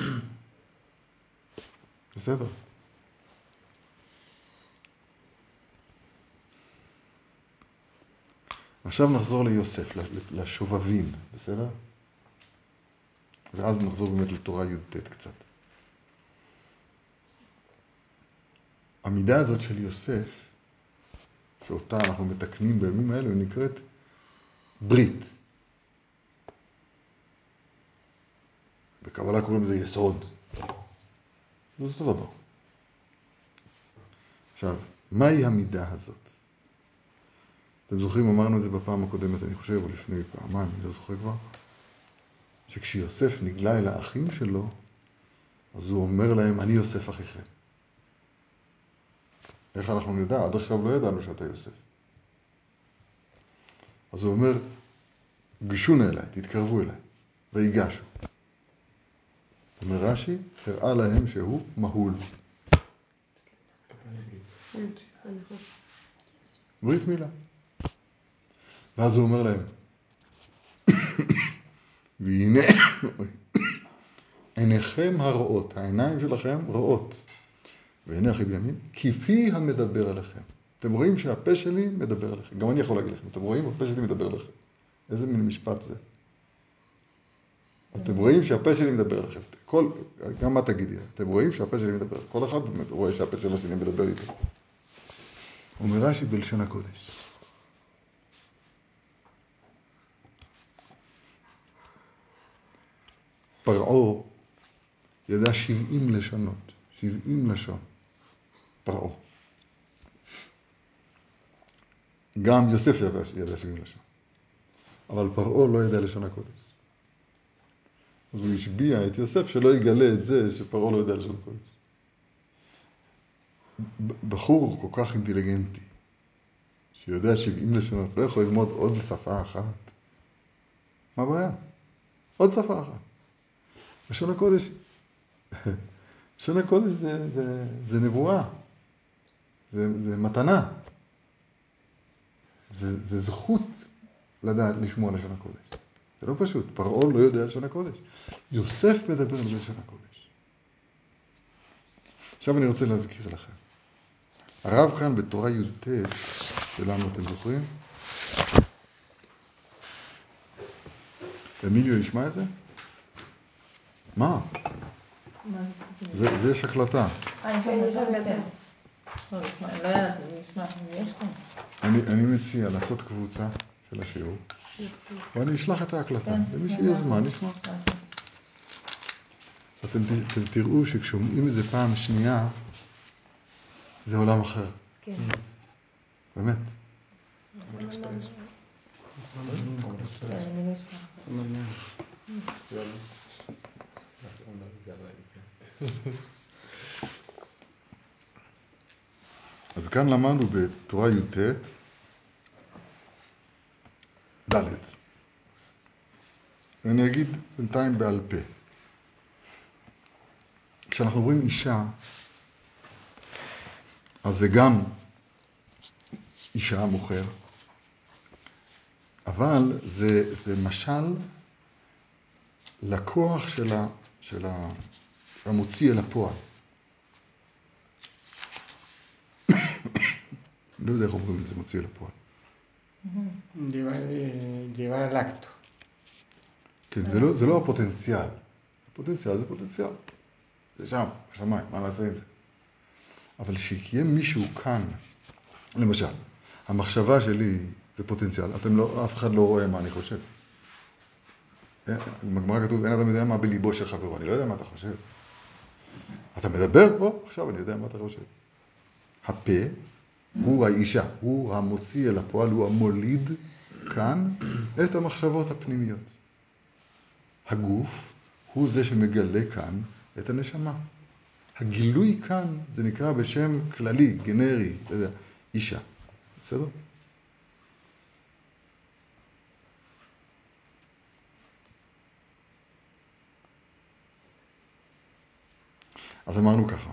בסדר. עכשיו נחזור ליוסף, לשובבים, בסדר? ואז נחזור באמת לתורה י"ט קצת. המידה הזאת של יוסף, שאותה אנחנו מתקנים בימים האלו, היא נקראת ברית. בקבלה קוראים לזה יסוד. זה אותו דבר. עכשיו, מהי המידה הזאת? אתם זוכרים, אמרנו את זה בפעם הקודמת, אני חושב, או לפני פעמיים, אני לא זוכר כבר, שכשיוסף נגלה אל האחים שלו, אז הוא אומר להם, אני יוסף אחיכם. איך אנחנו נדע? עד עכשיו לא ידענו שאתה יוסף. אז הוא אומר, גשו אליי, תתקרבו אליי, ויגשו. אומר רש"י, הראה להם שהוא מהול. ברית מילה. ואז הוא אומר להם, והנה, עיניכם הרואות, העיניים שלכם רואות. והנה אחי בנימין, כפי המדבר עליכם. אתם רואים שהפה שלי מדבר עליכם. גם אני יכול להגיד לכם, אתם רואים, הפה שלי מדבר עליכם. איזה מין משפט זה? אתם רואים שהפה שלי מדבר עליכם. כל, גם מה תגידי? אתם רואים שהפה שלי מדבר. כל אחד רואה שהפה של השני מדבר איתו. אומר רש"י בלשון הקודש. פרעה ידע שבעים לשונות, שבעים לשון. פרעה. גם יוסף ידע, ידע שבעים לשון. אבל פרעה לא ידע לשון הקודש. אז הוא השביע את יוסף שלא יגלה את זה שפרעה לא ידע לשון הקודש. בחור כל כך אינטליגנטי, שיודע שבעים לשונות, לא יכול ללמוד עוד שפה אחת. מה הבעיה? עוד שפה אחת. לשון הקודש, לשון הקודש זה, זה, זה נבואה. זה, זה מתנה. זה, זה זכות לדעת לשמוע לשון הקודש. זה לא פשוט. פרעה לא יודע לשון הקודש. יוסף מדבר על לשון הקודש. עכשיו אני רוצה להזכיר לכם. הרב כאן בתורה י"ט שלנו, אתם זוכרים? אמיליו ישמע את זה? מה? מה זה? זה, זה יש הקלטה. אה, יש הקלטה, כן. לא, נשמע, לא ידעתי, נשמע, יש כאן. אני, אני מציע לעשות קבוצה של השיעור, ואני אשלח את ההקלטה, ומי שיהיה זמן נשמע. אתם ת- ת- תראו שכשומעים את זה פעם שנייה, זה עולם אחר. כן. באמת. אז כאן למדנו בתורה י"ט, ד'. ואני אגיד בינתיים בעל פה. כשאנחנו רואים אישה, אז זה גם אישה מוכר, אבל זה, זה משל לכוח של, ה, של ה, המוציא אל הפועל. אני לא יודע איך אומרים את זה, מוציא אל הפועל. Llevar, eh, llevar al acto. כן, זה לא, זה לא הפוטנציאל. הפוטנציאל זה פוטנציאל. זה שם, בשמיים, מה נעשה עם זה? אבל שיהיה מישהו כאן, למשל, המחשבה שלי זה פוטנציאל, אתם לא, אף אחד לא רואה מה אני חושב. בגמרא כתוב, אין אדם יודע מה בליבו של חברו, אני לא יודע מה אתה חושב. אתה מדבר פה, עכשיו אני יודע מה אתה חושב. הפה הוא האישה, הוא המוציא אל הפועל, הוא המוליד כאן את המחשבות הפנימיות. הגוף הוא זה שמגלה כאן את הנשמה. הגילוי כאן זה נקרא בשם כללי, גנרי, לא יודע, אישה. בסדר? אז אמרנו ככה,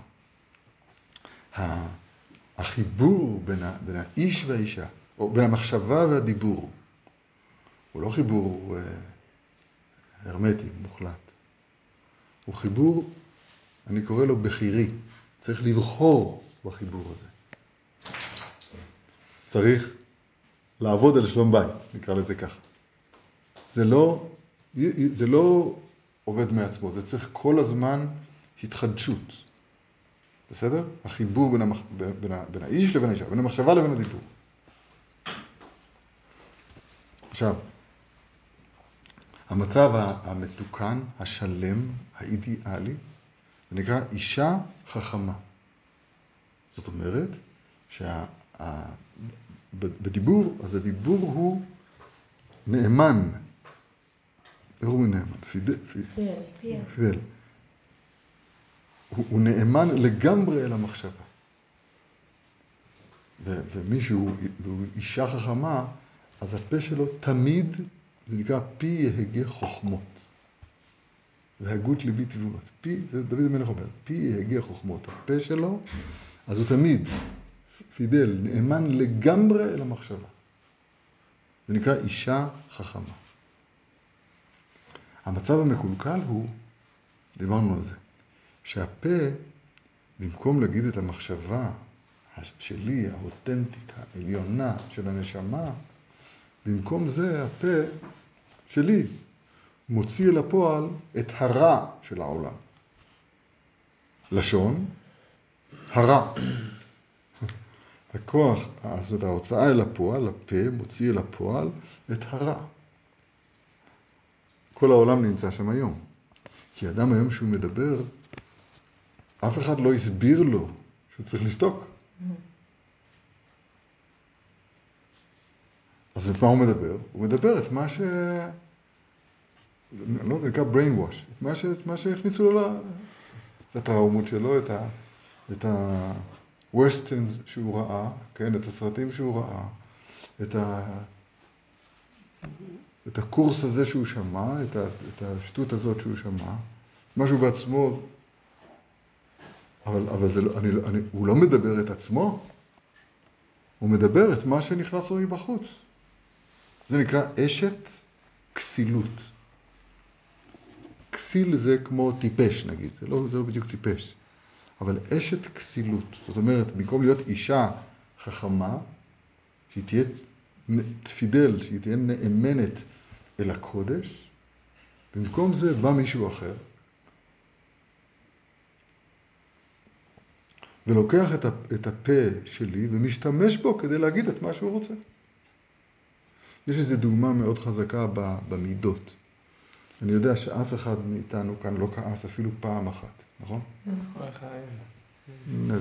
החיבור בין, ה, בין האיש והאישה, או בין המחשבה והדיבור, הוא לא חיבור אה, הרמטי, מוחלט. הוא חיבור, אני קורא לו בחירי. צריך לבחור בחיבור הזה. צריך לעבוד על שלום בית, נקרא לזה ככה. זה לא, זה לא עובד מעצמו, זה צריך כל הזמן התחדשות. בסדר? החיבור בין, המח... בין, ה... בין האיש לבין האישה, בין המחשבה לבין הדיבור. עכשיו, המצב המתוקן, השלם, האידיאלי, זה נקרא אישה חכמה. זאת אומרת, שבדיבור, אז הדיבור הוא נאמן. איך הוא נאמן? פידל. פידל. הוא, הוא נאמן לגמרי אל המחשבה. ו, ומישהו, והוא אישה חכמה, אז הפה שלו תמיד, זה נקרא פי יהגה חוכמות. והגות ליבי תבונות. פי, זה דוד המלך אומר, פי יהגה חוכמות. הפה שלו, אז הוא תמיד, פידל, נאמן לגמרי אל המחשבה. זה נקרא אישה חכמה. המצב המקולקל הוא, דיברנו על זה, שהפה, במקום להגיד את המחשבה שלי, האותנטית, העליונה של הנשמה, במקום זה הפה שלי מוציא אל הפועל את הרע של העולם. לשון, הרע. הכוח, זאת אומרת, ההוצאה אל הפועל, הפה מוציא אל הפועל את הרע. כל העולם נמצא שם היום. כי אדם היום שהוא מדבר, אף אחד לא הסביר לו שהוא צריך לשתוק. אז לפני הוא מדבר, הוא מדבר את מה ש... לא, זה נקרא brainwash, את מה, ש... את מה שהכניסו לו לטראומות שלו, את ה... את ה-westerns שהוא ראה, כן, את הסרטים שהוא ראה, את ה... את הקורס הזה שהוא שמע, את, ה... את השטות הזאת שהוא שמע, משהו בעצמו, אבל, אבל זה לא, אני, אני, הוא לא מדבר את עצמו, הוא מדבר את מה שנכנס לו מבחוץ. זה נקרא אשת כסילות. כסיל זה כמו טיפש נגיד, זה לא, זה לא בדיוק טיפש. אבל אשת כסילות, זאת אומרת, במקום להיות אישה חכמה, שהיא תהיה תפידל, שהיא תהיה נאמנת אל הקודש, במקום זה בא מישהו אחר, ולוקח את, הפ, את הפה שלי ומשתמש בו כדי להגיד את מה שהוא רוצה. יש איזו דוגמה מאוד חזקה במידות. אני יודע שאף אחד מאיתנו כאן לא כעס אפילו פעם אחת, נכון? נב.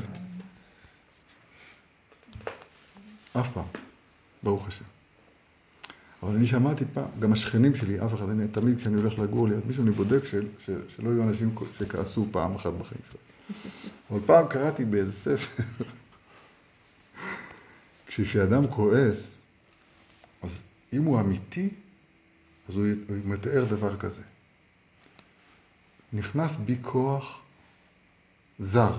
אף פעם, ברוך השם. אבל אני שמעתי פעם, גם השכנים שלי, אף אחד, אני תמיד כשאני הולך לגור ליד מישהו, אני בודק של, של, שלא יהיו אנשים שכעסו פעם אחת בחיים שלהם. אבל פעם קראתי באיזה ספר, כשאדם כועס, אז אם הוא אמיתי, אז הוא, הוא מתאר דבר כזה. נכנס בי כוח זר.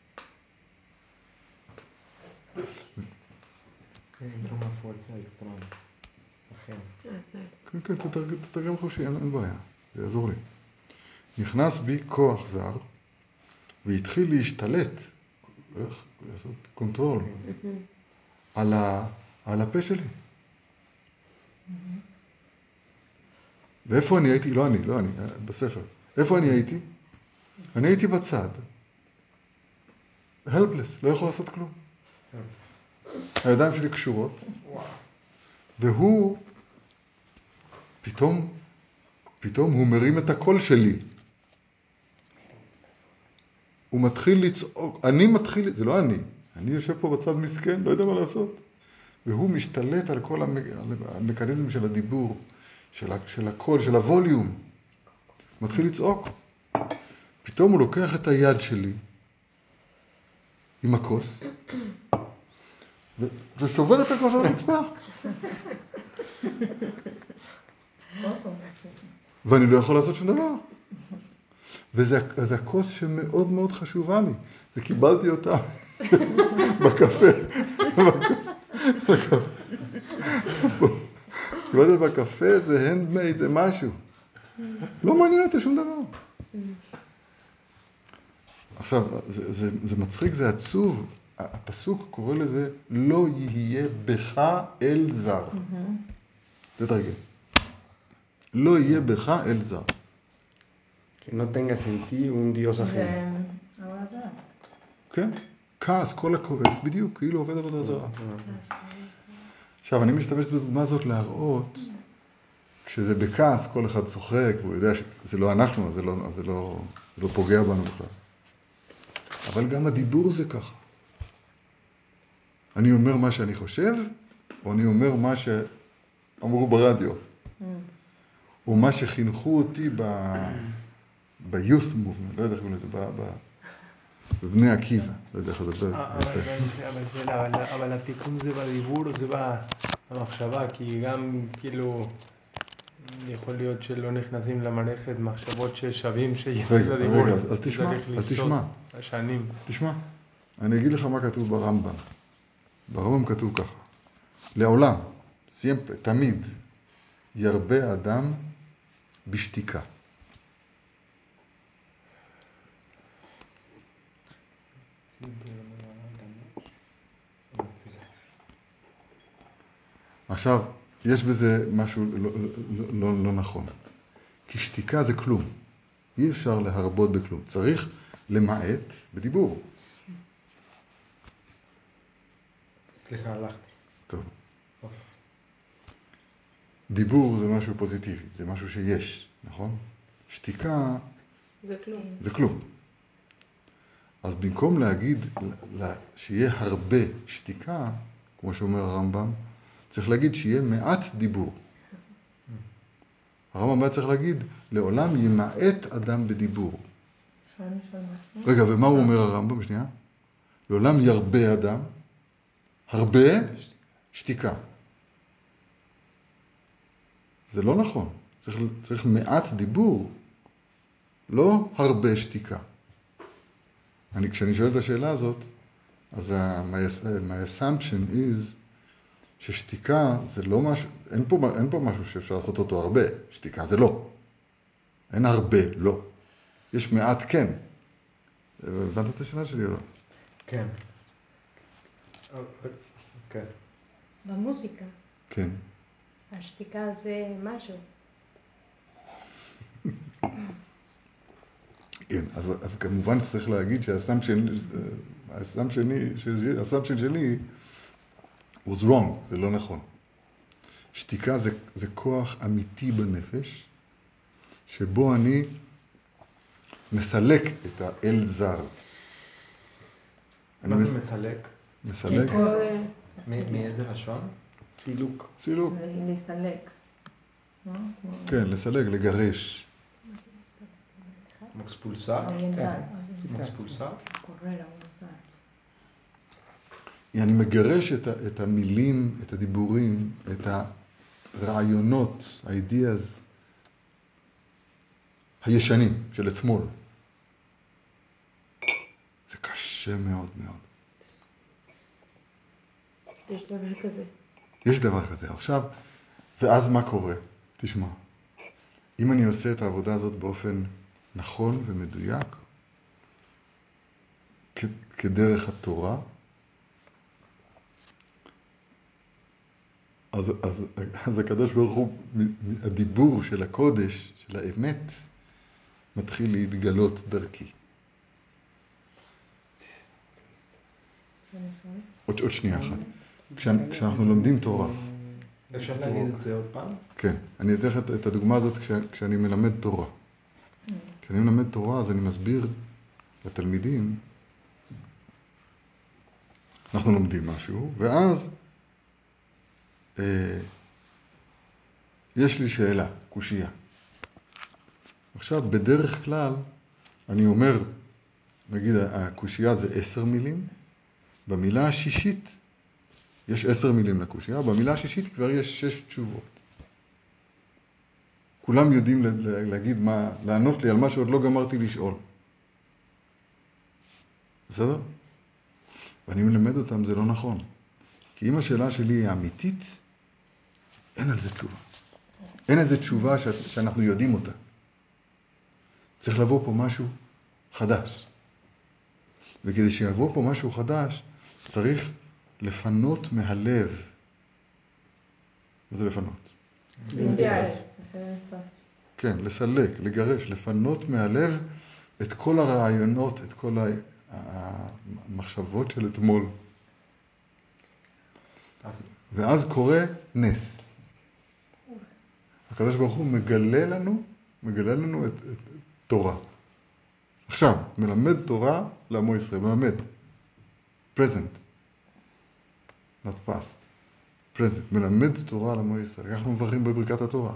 Entra uma força extrema. כן, כן, תתרגם חופשי, אין בעיה, זה יעזור לי. נכנס בי כוח זר, והתחיל להשתלט, איך לעשות קונטרול, על, ה, על הפה שלי. ואיפה אני הייתי? לא אני, לא אני, בספר. איפה אני הייתי? אני הייתי בצד. helpless, לא יכול לעשות כלום. הידיים שלי קשורות, והוא, פתאום, פתאום הוא מרים את הקול שלי. הוא מתחיל לצעוק, אני מתחיל, זה לא אני, אני יושב פה בצד מסכן, לא יודע מה לעשות. והוא משתלט על כל המקניזם של הדיבור, של, של הקול, של הווליום. מתחיל לצעוק. פתאום הוא לוקח את היד שלי, עם הכוס, ו- ושובר את הכוס על הרצפה. ואני לא יכול לעשות שום דבר. וזה הכוס שמאוד מאוד חשובה לי. זה קיבלתי אותה בקפה. בקפה. קיבלתי בקפה, זה הנדמייד, זה משהו. לא מעניין אותי שום דבר. עכשיו, זה, זה, זה מצחיק, זה עצוב. הפסוק קורא לזה, לא יהיה בך אל זר. זה תרגם. לא יהיה בך אל זר. Que no tengas en ti un Dios ajeno. זה עבודה זרה. כן, כעס, כל הכועס, בדיוק, כאילו עובד עבודה זרה. עכשיו, אני משתמש בדוגמה הזאת להראות, כשזה בכעס, כל אחד צוחק, והוא יודע שזה לא אנחנו, אז זה לא, אז זה לא, זה לא פוגע בנו בכלל. אבל גם הדיבור זה ככה. אני אומר מה שאני חושב, או אני אומר מה שאמרו ברדיו. או מה שחינכו אותי ב... ב-youth movement, לא יודע איך קוראים לזה, בבני עקיבא, לא יודע איך לדבר. אבל שאלה, אבל התיקון זה בדיבור או זה במחשבה? כי גם כאילו יכול להיות שלא נכנסים למערכת מחשבות ששווים שיצאו לדיבור. רגע, אז תשמע, אז תשמע. השנים. תשמע, אני אגיד לך מה כתוב ברמב"ם. ברמב"ם כתוב ככה, לעולם, סיימפ, תמיד, ירבה אדם בשתיקה. עכשיו, יש בזה משהו לא, לא, לא, לא נכון. כי שתיקה זה כלום. אי אפשר להרבות בכלום. צריך למעט בדיבור. סליחה, הלכתי. טוב. דיבור זה משהו פוזיטיבי, זה משהו שיש, נכון? שתיקה זה כלום. זה כלום. אז במקום להגיד שיהיה הרבה שתיקה, כמו שאומר הרמב"ם, צריך להגיד שיהיה מעט דיבור. הרמב"ם צריך להגיד, לעולם ימעט אדם בדיבור. רגע, ומה הוא אומר הרמב"ם? שנייה. לעולם ירבה אדם, הרבה שתיקה. זה לא נכון. צריך, צריך מעט דיבור, לא הרבה שתיקה. אני, כשאני שואל את השאלה הזאת, אז my, my assumption is ששתיקה זה לא משהו, אין פה, אין פה משהו שאפשר לעשות אותו הרבה. שתיקה זה לא. אין הרבה, לא. יש מעט כן. הבנת את השאלה שלי או לא? כן. כן. במוזיקה. כן. השתיקה זה משהו. כן, אז, אז כמובן צריך להגיד שהאסמפשן, assumption שלי, assumption שלי was wrong, זה לא נכון. שתיקה זה, זה כוח אמיתי בנפש, שבו אני מסלק את האל זר. מה אני זה מס- מסלק? מסלק? כל עוד- מ- מאיזה לשון? סילוק. סילוק. ל- להסתלק. לא? כמו כן, לסלק, לגרש. מוקספולסר? האוריינטל. מוקספולסר? קורא לאוריינטל. אני מגרש את, ה- את המילים, את הדיבורים, את הרעיונות, ה-ideas הישנים של אתמול. זה קשה מאוד מאוד. יש דבר כזה. יש דבר כזה. עכשיו, ואז מה קורה? תשמע, אם אני עושה את העבודה הזאת באופן נכון ומדויק, כ- כדרך התורה, אז, אז, אז הקדוש ברוך הוא, מ- מ- הדיבור של הקודש, של האמת, מתחיל להתגלות דרכי. עוד, עוד שנייה אחת. כשאנ- כשאנחנו לומדים תורה, אפשר להגיד את זה עוד פעם? כן, אני אתן לך את- את הדוגמה הזאת כש, כשאני מלמד תורה. כשאני מלמד תורה, אז אני מסביר לתלמידים, אנחנו לומדים משהו, ואז אה, יש לי שאלה, קושייה. עכשיו, בדרך כלל, אני אומר, נגיד, הקושייה זה עשר מילים, במילה השישית, יש עשר מילים לקושייה, במילה השישית כבר יש שש תשובות. כולם יודעים ל- ל- להגיד מה, לענות לי על מה שעוד לא גמרתי לשאול. בסדר? ואני מלמד אותם, זה לא נכון. כי אם השאלה שלי היא אמיתית, אין על זה תשובה. אין על זה תשובה ש- שאנחנו יודעים אותה. צריך לבוא פה משהו חדש. וכדי שיבוא פה משהו חדש, צריך לפנות מהלב. מה זה לפנות? להתייעץ. עושה ספס. כן, לסלק, לגרש, לפנות מהלב את כל הרעיונות, את כל ה- המחשבות של אתמול. אז ואז קורה נס. הקדוש ברוך הוא מגלה לנו, מגלה לנו את, את תורה. עכשיו, מלמד תורה לעמו ישראל, מלמד. present, not past. present, מלמד תורה לעמו ישראל. ככה אנחנו מברכים בברכת התורה.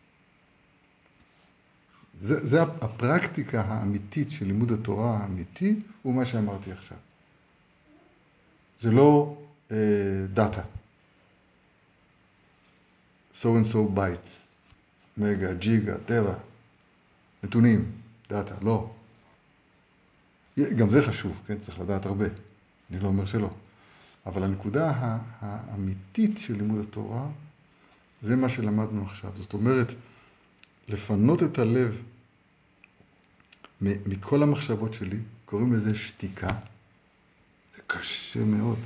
זה, זה הפרקטיקה האמיתית של לימוד התורה האמיתי, הוא מה שאמרתי עכשיו. זה לא אה, דאטה. so and so bytes, מגה, ג'יגה, טרה, נתונים, דאטה, לא. גם זה חשוב, כן? צריך לדעת הרבה. אני לא אומר שלא. אבל הנקודה ה- האמיתית של לימוד התורה, זה מה שלמדנו עכשיו. זאת אומרת, לפנות את הלב מ- מכל המחשבות שלי, קוראים לזה שתיקה. זה קשה מאוד.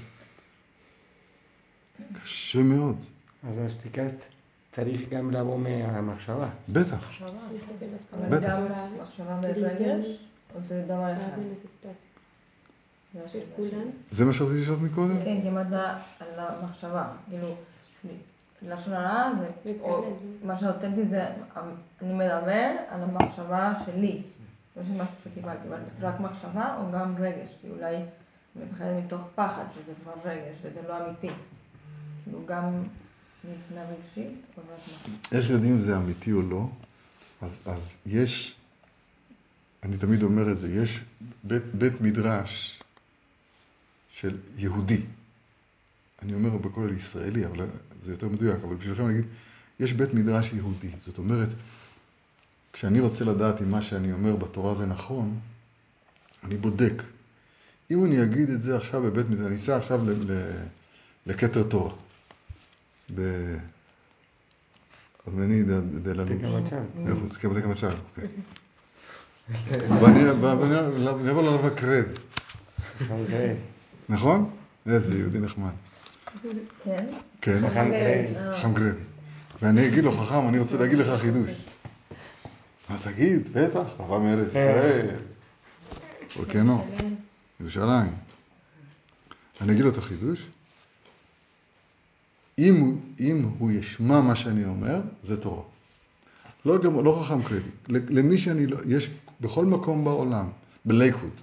קשה מאוד. אז השתיקה צריך גם לבוא מהמחשבה. בטח. מחשבה. Deja אבל בטח. גם מחשבה ורגש, או זה דבר אחד? en ese espacio. זה השאלה שכולם, שלי. זה מה שרציתי לשאול מקודם? כן, כי אמרת על המחשבה, כאילו, לשון הרע זה, או מה שאותנטי זה, אני מדבר על המחשבה שלי, לא שמשהו שקיבלתי, אבל רק מחשבה או גם רגש, כי אולי אני מפחדת מתוך פחד, שזה כבר רגש וזה לא אמיתי, כאילו גם מבחינה רגשית או רק מחשבה. איך יודעים אם זה אמיתי או לא? אז, אז יש, אני תמיד אומר את זה, יש בית, בית מדרש של יהודי. אני אומר בכל ישראלי, אבל זה יותר מדויק, אבל בשבילכם אני אגיד, יש בית מדרש יהודי. זאת אומרת, כשאני רוצה לדעת אם מה שאני אומר בתורה זה נכון, אני בודק. אם אני אגיד את זה עכשיו בבית מדרש, אני אסע עכשיו ל- ל- לכתר תורה. ב... אבני דללוש. תקמצ'ל. איפה? זה כמה תקמצ'ל, אוקיי. ואני ואני אבוא לרב הקרד, אוקיי. נכון? איזה יהודי נחמד. כן? כן, חכם גריידי. חכם גרדי. ואני אגיד לו, חכם, אני רוצה להגיד לך חידוש. אז תגיד, בטח, אתה בא מארץ ישראל. או כן, לא. ירושלים. אני אגיד לו את החידוש. אם הוא, אם הוא ישמע מה שאני אומר, זה תורה. לא, גם, לא חכם קריטי. למי שאני לא, יש בכל מקום בעולם, בלייקוד,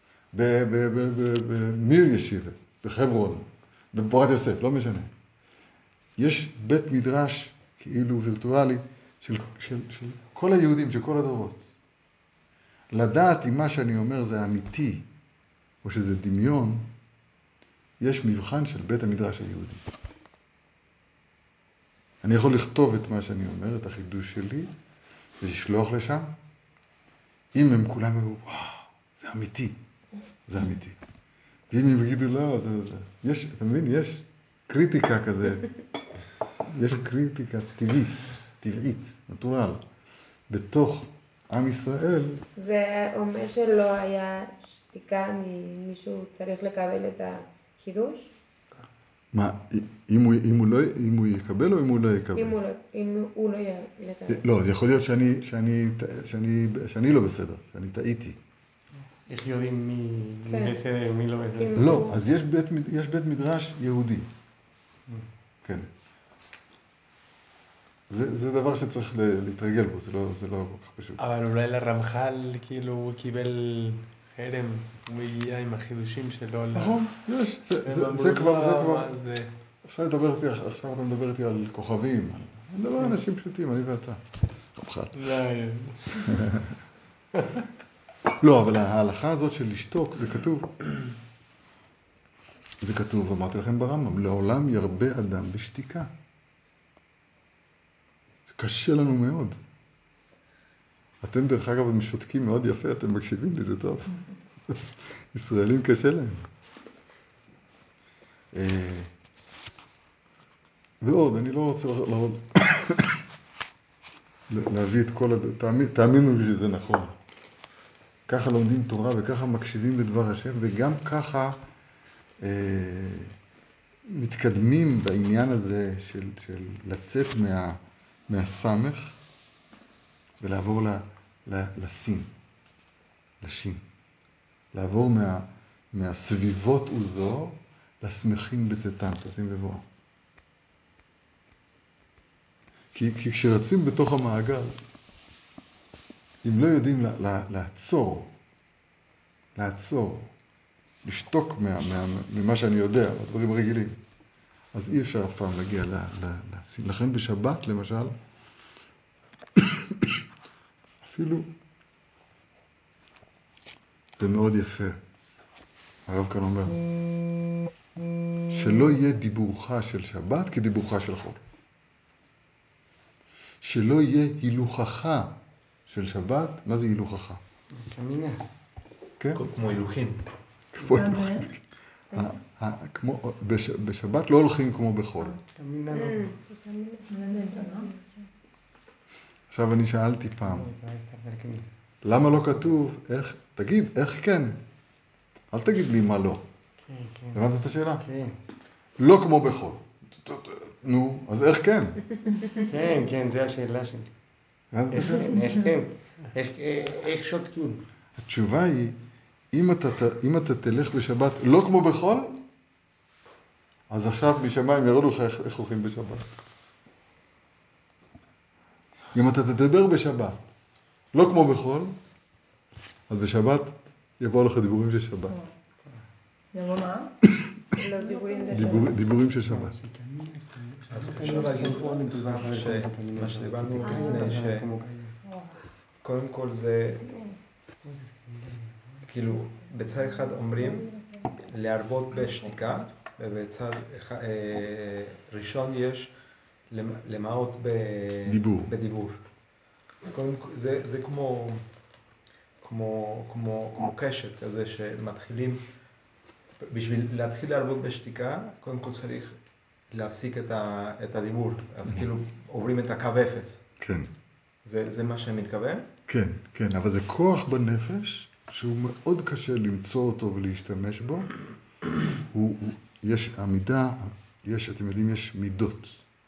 במיר ישיבה, בחברון, בפורת יוסף, לא משנה. יש בית מדרש כאילו וירטואלי של, של, של כל היהודים, של כל הדורות. לדעת אם מה שאני אומר זה אמיתי, או שזה דמיון, יש מבחן של בית המדרש היהודי. אני יכול לכתוב את מה שאני אומר, את החידוש שלי, ולשלוח לשם. אם הם כולם יגידו, וואו, זה אמיתי, זה אמיתי. ואם הם יגידו, לא, זה, זה. יש, אתה מבין, יש קריטיקה כזה, יש קריטיקה טבעית, טבעית, נטורל, בתוך עם ישראל. זה אומר שלא היה שתיקה ממישהו צריך לקבל את החידוש? מה, אם הוא, אם הוא, לא, אם הוא יקבל או אם הוא לא יקבל? אם הוא לא, אם הוא לא יקבל. לא, זה יכול להיות שאני, שאני, שאני, שאני לא בסדר, שאני טעיתי. איך יודעים מי כן. בסדר ומי לא בסדר? לא, אז יש בית, יש בית מדרש יהודי. כן. זה, זה דבר שצריך להתרגל בו, זה לא, זה לא כל כך פשוט. אבל אולי לרמח"ל, כאילו, הוא קיבל חרם, הוא הגיע עם החידושים שלו. נכון, יש, זה, זה, זה כבר, זה כבר. עכשיו מדבר איתי, עכשיו אתה מדבר איתי על כוכבים. אני מדבר על אנשים פשוטים, אני ואתה. רמח"ל. לא, אבל ההלכה הזאת של לשתוק, זה כתוב. זה כתוב, אמרתי לכם ברמב"ם, לעולם ירבה אדם בשתיקה. זה קשה לנו מאוד. אתם דרך אגב, הם שותקים מאוד יפה, אתם מקשיבים לי, זה טוב. ישראלים קשה להם. ועוד, אני לא רוצה להביא את כל, תאמינו לי שזה נכון. ככה לומדים תורה וככה מקשיבים לדבר השם, וגם ככה אה, מתקדמים בעניין הזה של, של לצאת מה, מהסמך ולעבור ל, ל, לסין, לשין. לעבור מה, מהסביבות עוזו לשמחים בצאתם, ששים בבואם. כי, כי כשרצים בתוך המעגל, אם לא יודעים לה, לה, לעצור, לעצור, לשתוק מה, מה, ממה שאני יודע, הדברים רגילים, אז אי אפשר אף פעם להגיע ל, ל, לסין. לכן בשבת, למשל, אפילו, זה מאוד יפה. הרב כאן אומר, שלא יהיה דיבורך של שבת כדיבורך של חול. שלא יהיה הילוכך של שבת. מה זה הילוכך? קמינה. כן? כמו הילוכים. כמו הילוכים. בשבת לא הולכים כמו בחול. קמינה לא. עכשיו אני שאלתי פעם, למה לא כתוב, איך, תגיד, איך כן? אל תגיד לי מה לא. כן, כן. הבנת את השאלה? כן. לא כמו בחול. נו, אז איך כן? כן, כן, זה השאלה שלי. הבנת את השאלה? איך כן? איך שותקים? התשובה היא, אם אתה, אם אתה תלך בשבת לא כמו בחול, אז עכשיו משמיים יראו לך איך, איך הולכים בשבת. אם אתה תדבר בשבת לא כמו בחול, אז בשבת יבואו לך דיבורים של שבת. יבוא מה? דיבורים של שבת. אז אפשר להגיד מה שדיברנו לפני, שקודם כל זה, כאילו, בצד אחד אומרים להרבות בשתיקה, ובצד ראשון יש למעות דיבור. בדיבור. אז קודם כל, זה, זה כמו, כמו, כמו, כמו קשת כזה שמתחילים, בשביל להתחיל להרבות בשתיקה, קודם כל צריך להפסיק את, ה, את הדיבור. אז כאילו עוברים את הקו אפס. כן. זה, זה מה שמתכוון? כן, כן, אבל זה כוח בנפש שהוא מאוד קשה למצוא אותו ולהשתמש בו. הוא, הוא, יש עמידה, יש, אתם יודעים, יש מידות.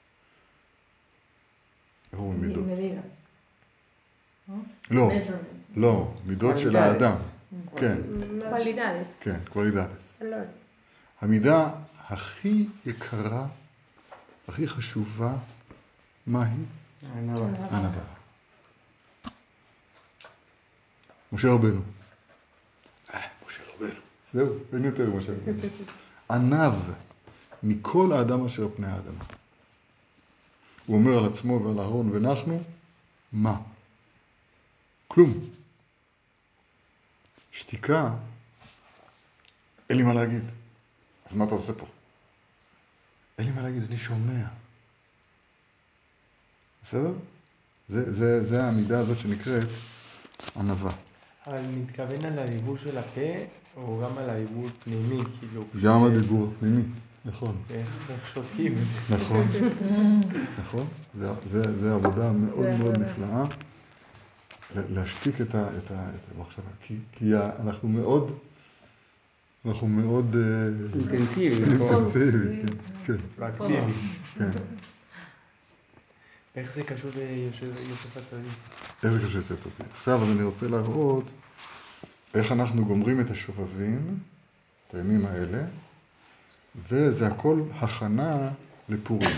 איך אומרים מידות? מדידס. לא, לא, מידות של האדם. כן. cualidades. כן, קואלידדס. המידה הכי יקרה, הכי חשובה, מהי? ענווה. ענווה. משה רבנו. אה, משה רבנו. זהו, אין יותר משה רבנו. ענב מכל האדם אשר פני האדמה. הוא אומר על עצמו ועל אהרון ונחנו, מה? כלום. שתיקה, אין לי מה להגיד. אז מה אתה עושה פה? אין לי מה להגיד, אני שומע. בסדר? זה, זה, זה העמידה הזאת שנקראת ענווה. אבל מתכוון על הדיבור של הפה, או גם על הדיבור פנימי, כאילו... גם הדיבור פנימי, נכון. איך, איך שותקים את זה? נכון, נכון. זה, זה, זה עבודה מאוד מאוד נפלאה. להשתיק את, ה, את, ה, את המחשבה. כי, כי אנחנו מאוד, אנחנו מאוד... אינטנסיבי. אינטנסיבי, כן, כן. פרואקטיבי. כן. איך זה קשור ליוסף הצדיק? איך זה קשור ליוסף הצדיק? עכשיו, אז אני רוצה להראות איך אנחנו גומרים את השובבים, את הימים האלה, וזה הכל הכנה לפורים.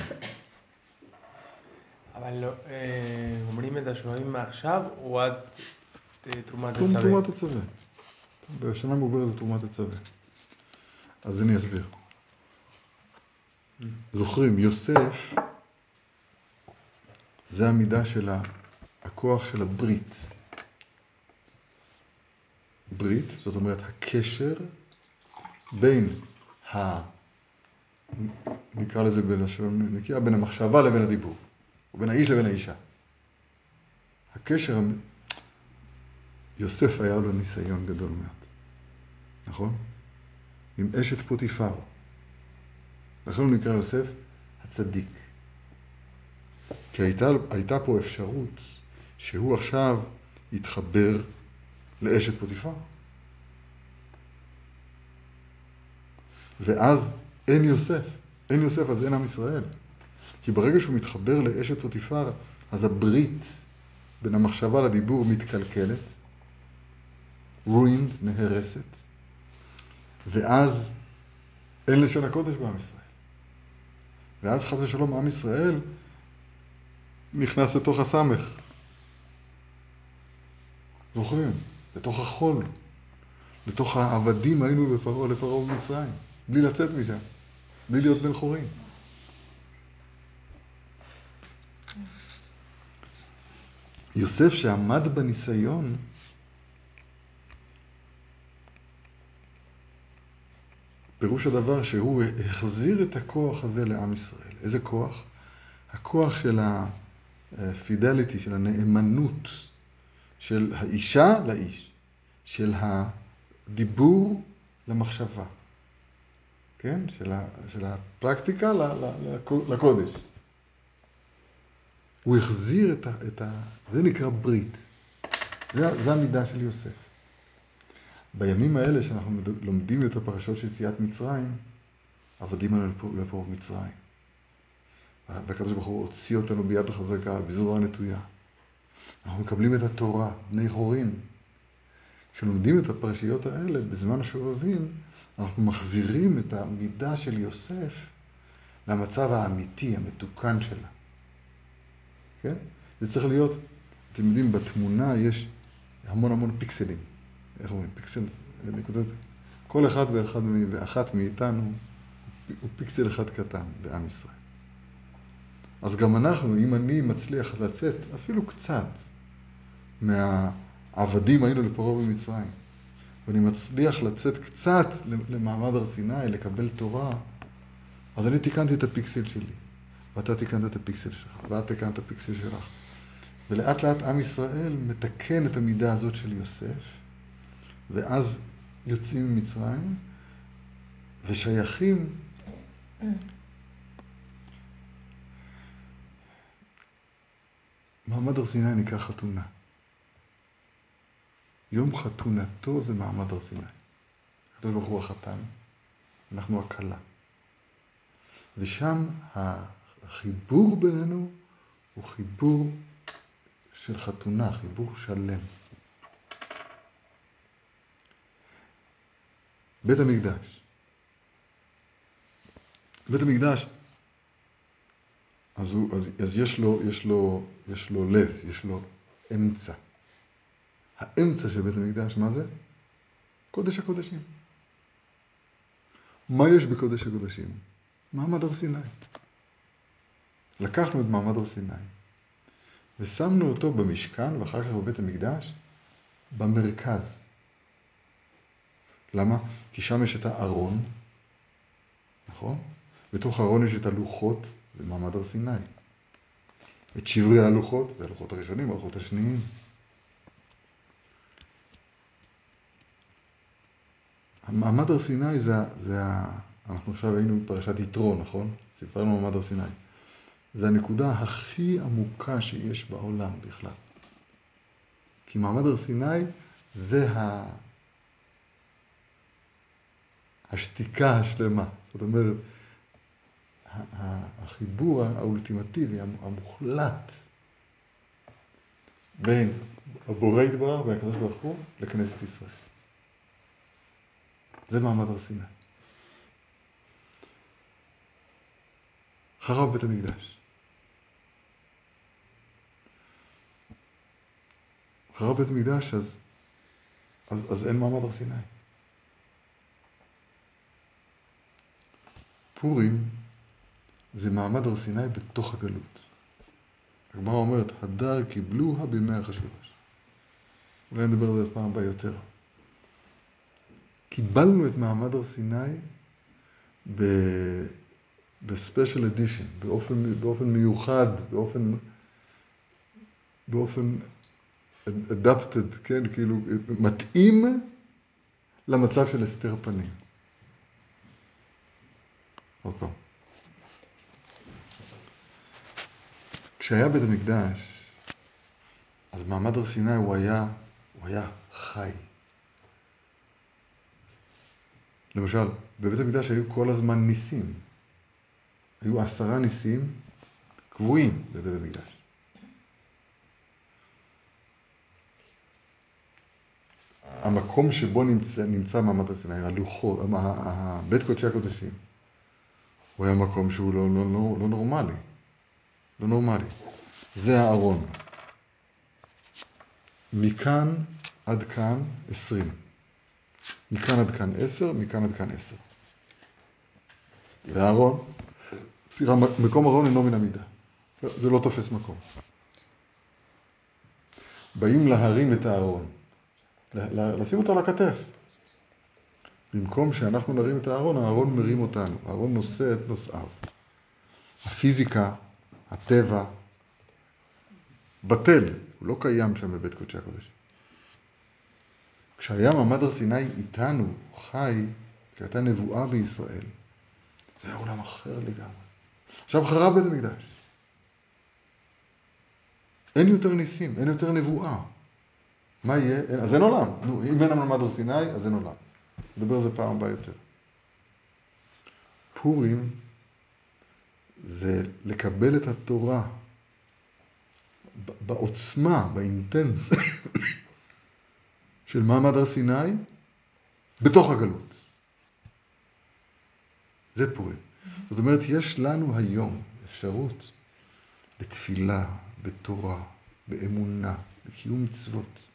אבל לא, אומרים את השובבים מעכשיו, או עד תרומת תרום, הצווה? תרומת הצווה. בשנה מעוברת זה תרומת הצווה. אז אני אסביר. זוכרים, יוסף, זה המידה של הכוח של הברית. ברית, זאת אומרת, הקשר בין ה... נקרא לזה בלשון נקייה, בין המחשבה לבין הדיבור, או בין האיש לבין האישה. הקשר, יוסף היה לו ניסיון גדול מאוד, נכון? עם אשת פוטיפר. לכן הוא נקרא יוסף הצדיק. כי הייתה, הייתה פה אפשרות שהוא עכשיו יתחבר לאשת פוטיפר. ואז אין יוסף. אין יוסף, אז אין עם ישראל. כי ברגע שהוא מתחבר לאשת פוטיפר, אז הברית בין המחשבה לדיבור מתקלקלת, ruined, נהרסת, ואז אין לשון הקודש בעם ישראל. ואז חס ושלום עם ישראל נכנס לתוך הסמך. זוכרים? לתוך החול. לתוך העבדים היינו לפרעה, לפרעה במצרים. בלי לצאת משם. בלי להיות בן חורים. יוסף שעמד בניסיון, פירוש הדבר שהוא החזיר את הכוח הזה לעם ישראל. איזה כוח? הכוח של הפידליטי, של הנאמנות, של האישה לאיש, של הדיבור למחשבה, כן? של, ה, של הפרקטיקה לקודש. הוא החזיר את ה... את ה זה נקרא ברית. זה, זה המידה של יוסף. בימים האלה שאנחנו לומדים את הפרשות של יציאת מצרים, עבדים עלינו לפה במצרים. והקדוש ברוך הוא הוציא אותנו ביד החזקה, בזרוע נטויה. אנחנו מקבלים את התורה, בני חורין. כשלומדים את הפרשיות האלה, בזמן השובבים, אנחנו מחזירים את המידה של יוסף למצב האמיתי, המתוקן שלה. כן? זה צריך להיות, אתם יודעים, בתמונה יש המון המון פיקסלים. איך אומרים? פיקסל, נקודות. כל אחד ואחד ואחת מאיתנו הוא פיקסל אחד קטן בעם ישראל. אז גם אנחנו, אם אני מצליח לצאת אפילו קצת מהעבדים היינו לפרעה במצרים, ואני מצליח לצאת קצת למעמד הר סיני, לקבל תורה, אז אני תיקנתי את הפיקסל שלי, ואתה תיקנת את הפיקסל שלך, ואת תיקנת את הפיקסל שלך. ולאט לאט עם ישראל מתקן את המידה הזאת של יוסף, ואז יוצאים ממצרים, ושייכים מעמד הר סיני נקרא חתונה. יום חתונתו זה מעמד הר סיני. הקדוש ברוך הוא החתן, אנחנו הכלה. ושם החיבור בינינו הוא חיבור של חתונה, חיבור שלם. בית המקדש. בית המקדש, אז, הוא, אז, אז יש, לו, יש, לו, יש לו לב, יש לו אמצע. האמצע של בית המקדש, מה זה? קודש הקודשים. מה יש בקודש הקודשים? מעמד הר סיני. לקחנו את מעמד הר סיני, ושמנו אותו במשכן, ואחר כך בבית המקדש, במרכז. למה? כי שם יש את הארון, נכון? בתוך הארון יש את הלוחות, זה מעמד הר סיני. את שברי הלוחות, זה הלוחות הראשונים, הלוחות השניים. המעמד הר סיני זה, זה ה... אנחנו עכשיו היינו בפרשת יתרו, נכון? סיפרנו מעמד הר סיני. זה הנקודה הכי עמוקה שיש בעולם בכלל. כי מעמד הר סיני זה ה... השתיקה השלמה. זאת אומרת, החיבור האולטימטיבי, המוחלט, בין הבורא יתברך, בין הקדוש ברוך הוא, לכנסת ישראל. זה מעמד הר סיני. חרב בית המקדש. חרב בית המקדש, אז, אז, אז אין מעמד הר סיני. פורים זה מעמד הר סיני בתוך הגלות. הגמרא אומרת, הדר קיבלוה בימי אחשוורוש. אולי נדבר על זה פעם הבאה יותר. קיבלנו את מעמד הר סיני ב... בספיישל אדישן, באופן, באופן מיוחד, באופן, באופן adapted, כן, כאילו, מתאים למצב של הסתר פנים. עוד פעם. כשהיה בית המקדש, אז מעמד הר סיני הוא היה, הוא היה חי. למשל, בבית המקדש היו כל הזמן ניסים. היו עשרה ניסים קבועים בבית המקדש. המקום שבו נמצא, נמצא מעמד הר סיני, הלוחות, בית קודשי הקודשים, הוא היה מקום שהוא לא, לא, לא, לא נורמלי. לא נורמלי. זה הארון. מכאן עד כאן עשרים. מכאן עד כאן עשר, מכאן עד כאן עשר. והארון, סליחה, מקום ארון אינו מן המידה. זה לא תופס מקום. באים להרים את הארון. לשים אותו על הכתף. במקום שאנחנו נרים את הארון, הארון מרים אותנו. הארון נושא את נושאיו. הפיזיקה, הטבע, בטל. הוא לא קיים שם בבית קודשי הקודש. כשהיה מעמד הר סיני איתנו, חי, כשהייתה נבואה בישראל, זה היה עולם אחר לגמרי. עכשיו חרב בית המקדש. אין יותר ניסים, אין יותר נבואה. מה יהיה? אין, אז אין עולם. נו, אם אין מעמד הר סיני, אז אין עולם. נדבר על זה פעם הבאה יותר. פורים זה לקבל את התורה בעוצמה, באינטנס של מעמד הר סיני בתוך הגלות. זה פורים. זאת אומרת, יש לנו היום אפשרות בתפילה, בתורה, באמונה, בקיום מצוות,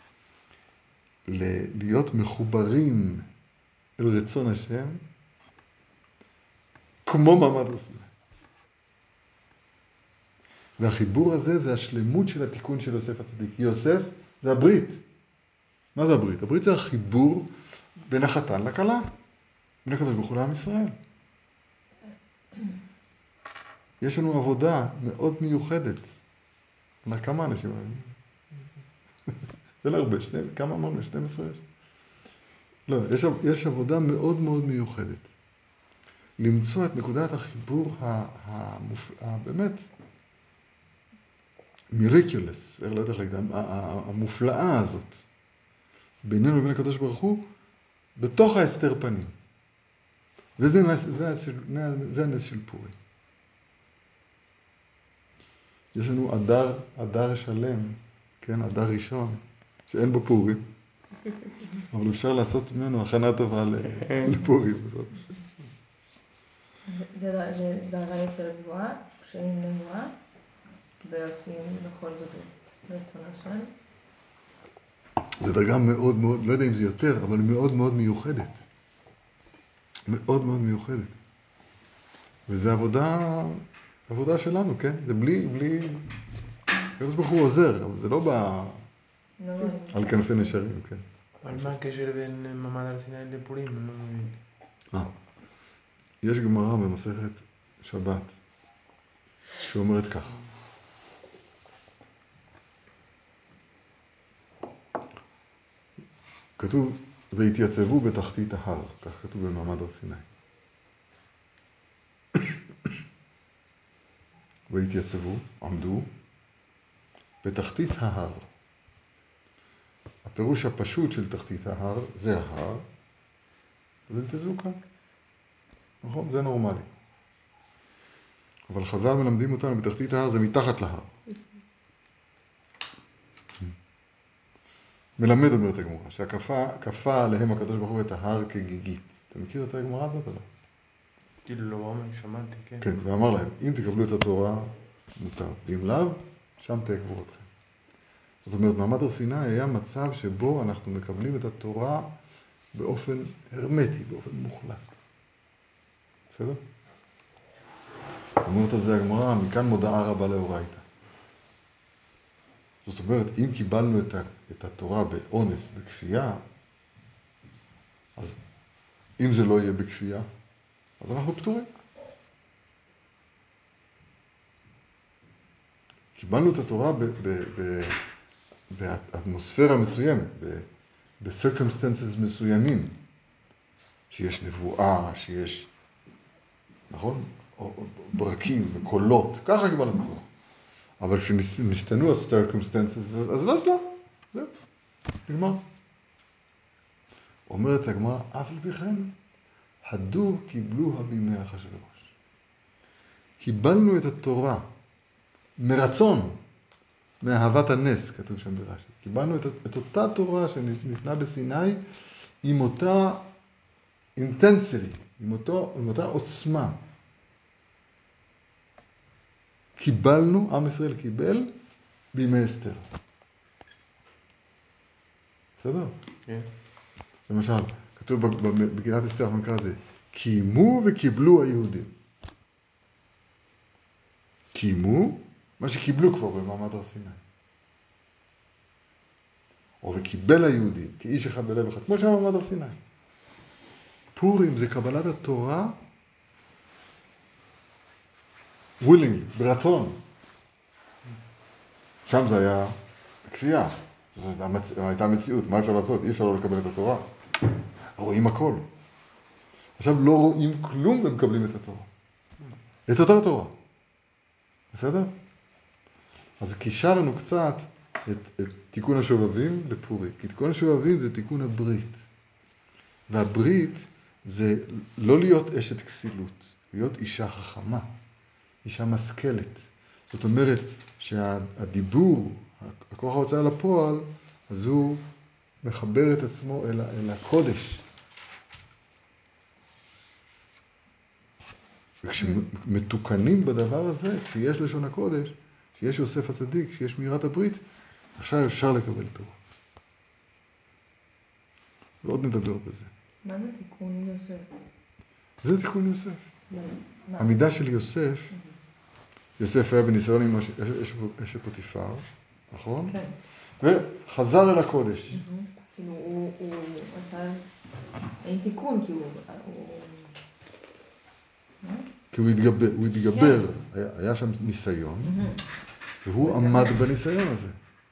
להיות מחוברים אל רצון השם, כמו מעמד הר סיני. והחיבור הזה זה השלמות של התיקון של יוסף הצדיק. יוסף זה הברית. מה זה הברית? הברית זה החיבור בין החתן לכלה. בין הקדוש ברוך הוא לעם ישראל. יש לנו עבודה מאוד מיוחדת. כמה אנשים? זה לא הרבה, שני, כמה אמרנו? שתים עשרה? לא, יש, יש עבודה מאוד מאוד מיוחדת. למצוא את נקודת החיבור המופ... באמת מיריקולס, איך לא יודעת להגיד, המופלאה הזאת, בינינו לבין הקדוש ברוך הוא, בתוך ההסתר פנים. וזה הנס, זה הנס של, זה הנס של פורים. יש לנו אדר, אדר שלם, כן, אדר ראשון, שאין בו פורים, אבל אפשר לעשות ממנו הכנה טובה לפורים. זה- זה דר- זה דרגה יותר גבוהה, כשאין נבואה, ועושים בכל זאת את רצון השם. זו דרגה מאוד מאוד, לא יודע אם זה יותר, אבל מאוד מאוד מיוחדת. מאוד מאוד מיוחדת. וזה עבודה, עבודה שלנו, כן? זה בלי, בלי... הקדוש ברוך הוא עוזר, אבל זה לא בא לא רואים. על כנפי נשרים, כן. אבל מה הקשר בין מעמד הר סיני לפורים? אני לא מבין. אה. יש גמרא במסכת שבת, שאומרת כך. כתוב, והתייצבו בתחתית ההר, כך כתוב במעמד הר סיני. והתייצבו, עמדו, בתחתית ההר. הפירוש הפשוט של תחתית ההר זה ההר, אז הם תזו כאן. נכון? זה נורמלי. אבל חז"ל מלמדים אותנו בתחתית ההר זה מתחת להר. מלמד אומרת הגמרא, שהכפה עליהם הקדוש ברוך הוא את ההר כגיגית. אתה מכיר את הגמרא הזאת או לא? כאילו לא עומק, שמעתי, כן. כן, ואמר להם, אם תקבלו את התורה, מותר, ואם לאו, שם תהיה קבורתכם. זאת אומרת, מעמד הר סיני היה מצב שבו אנחנו מקבלים את התורה באופן הרמטי, באופן מוחלט. בסדר? אומרת על זה הגמרא, מכאן מודעה רבה לאורייתא. זאת אומרת, אם קיבלנו את, ה, את התורה באונס, בכפייה, אז אם זה לא יהיה בכפייה, אז אנחנו פטורים. קיבלנו את התורה ב, ב, ב, באטמוספירה מסוימת, ב-circumstances מסוימים, שיש נבואה, שיש, נכון? או, או, ברקים וקולות, ככה קיבלנו את התורה. אבל כשנשתנו ה-circumstances, אז לא, אז לא. זהו, נגמר. אומרת הגמרא, אף על פי כן, הדור קיבלוה בימי אחשוורוש. קיבלנו את התורה מרצון, מאהבת הנס, כתוב שם ברש"י. קיבלנו את, את אותה תורה שניתנה בסיני, עם אותה אינטנסיטי, עם, אותו, עם אותה עוצמה. קיבלנו, עם ישראל קיבל, בימי אסתר. בסדר? כן. למשל, כתוב בגילת אסתר, אנחנו נקרא לזה, קיימו וקיבלו היהודים. קיימו, מה שקיבלו כבר במעמד הר סיני. או וקיבל היהודים, כאיש אחד בלב אחד, כמו שבמעמד הר סיני. פורים זה קבלת התורה, willingly, ברצון. שם זה היה כפייה. זאת הייתה מציאות, מה אפשר לעשות? אי אפשר לא לקבל את התורה. רואים הכל. עכשיו לא רואים כלום ומקבלים את התורה. את אותה התורה. בסדר? אז קישרנו קצת את, את תיקון השובבים לפורים. כי תיקון השובבים זה תיקון הברית. והברית זה לא להיות אשת כסילות, להיות אישה חכמה, אישה משכלת. זאת אומרת שהדיבור, הכוח ההוצאה לפועל, אז הוא מחבר את עצמו אל, אל הקודש. וכשמתוקנים בדבר הזה, כשיש לשון הקודש, כשיש יוסף הצדיק, כשיש מירת הברית, עכשיו אפשר לקבל תורה. ועוד נדבר בזה. מה זה תיקון יוסף? זה תיקון יוסף. מה? המידה של יוסף, יוסף היה בניסיון עם אשת פוטיפר, נכון? כן. וחזר אל הקודש. כאילו הוא עשה, אין תיקון, כי הוא... כי הוא התגבר, הוא התגבר, היה, היה שם ניסיון, והוא עמד בניסיון הזה.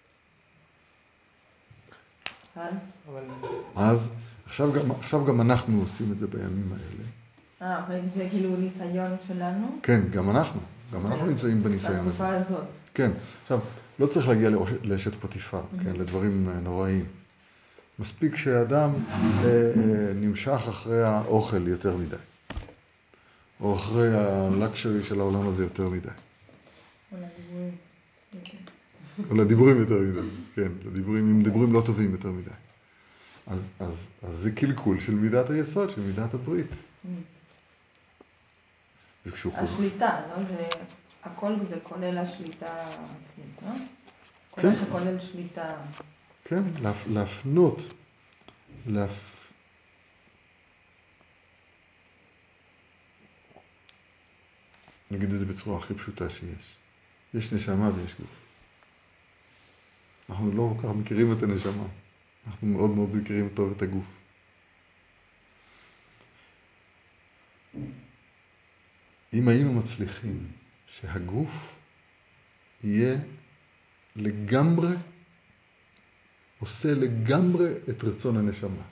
אז? אז, עכשיו גם, עכשיו גם אנחנו עושים את זה בימים האלה. אה, אבל זה כאילו ניסיון שלנו? כן, גם אנחנו. גם אנחנו נמצאים בניסיון הזה. בתקופה הזאת. כן. עכשיו, לא צריך להגיע לאשת פוטיפר, כן, לדברים נוראיים. מספיק שאדם אה, אה, נמשך אחרי האוכל יותר מדי. או אחרי הלקשרי של העולם הזה יותר מדי. או לדיבורים. או לדיבורים יותר מדי, כן. לדיבורים, עם דיבורים לא טובים יותר מדי. אז, אז, אז זה קלקול של מידת היסוד, של מידת הברית. וכשהוא חוזר... השליטה, לא? זה, הכל זה כולל השליטה העצמית, לא? כל כן. מה שכולל שליטה. כן, להפ... להפנות, להפ... נגיד את זה בצורה הכי פשוטה שיש. יש נשמה ויש גוף. אנחנו לא כל כך מכירים את הנשמה. אנחנו מאוד מאוד מכירים טוב את הגוף. אם היינו מצליחים שהגוף יהיה לגמרי, עושה לגמרי את רצון הנשמה.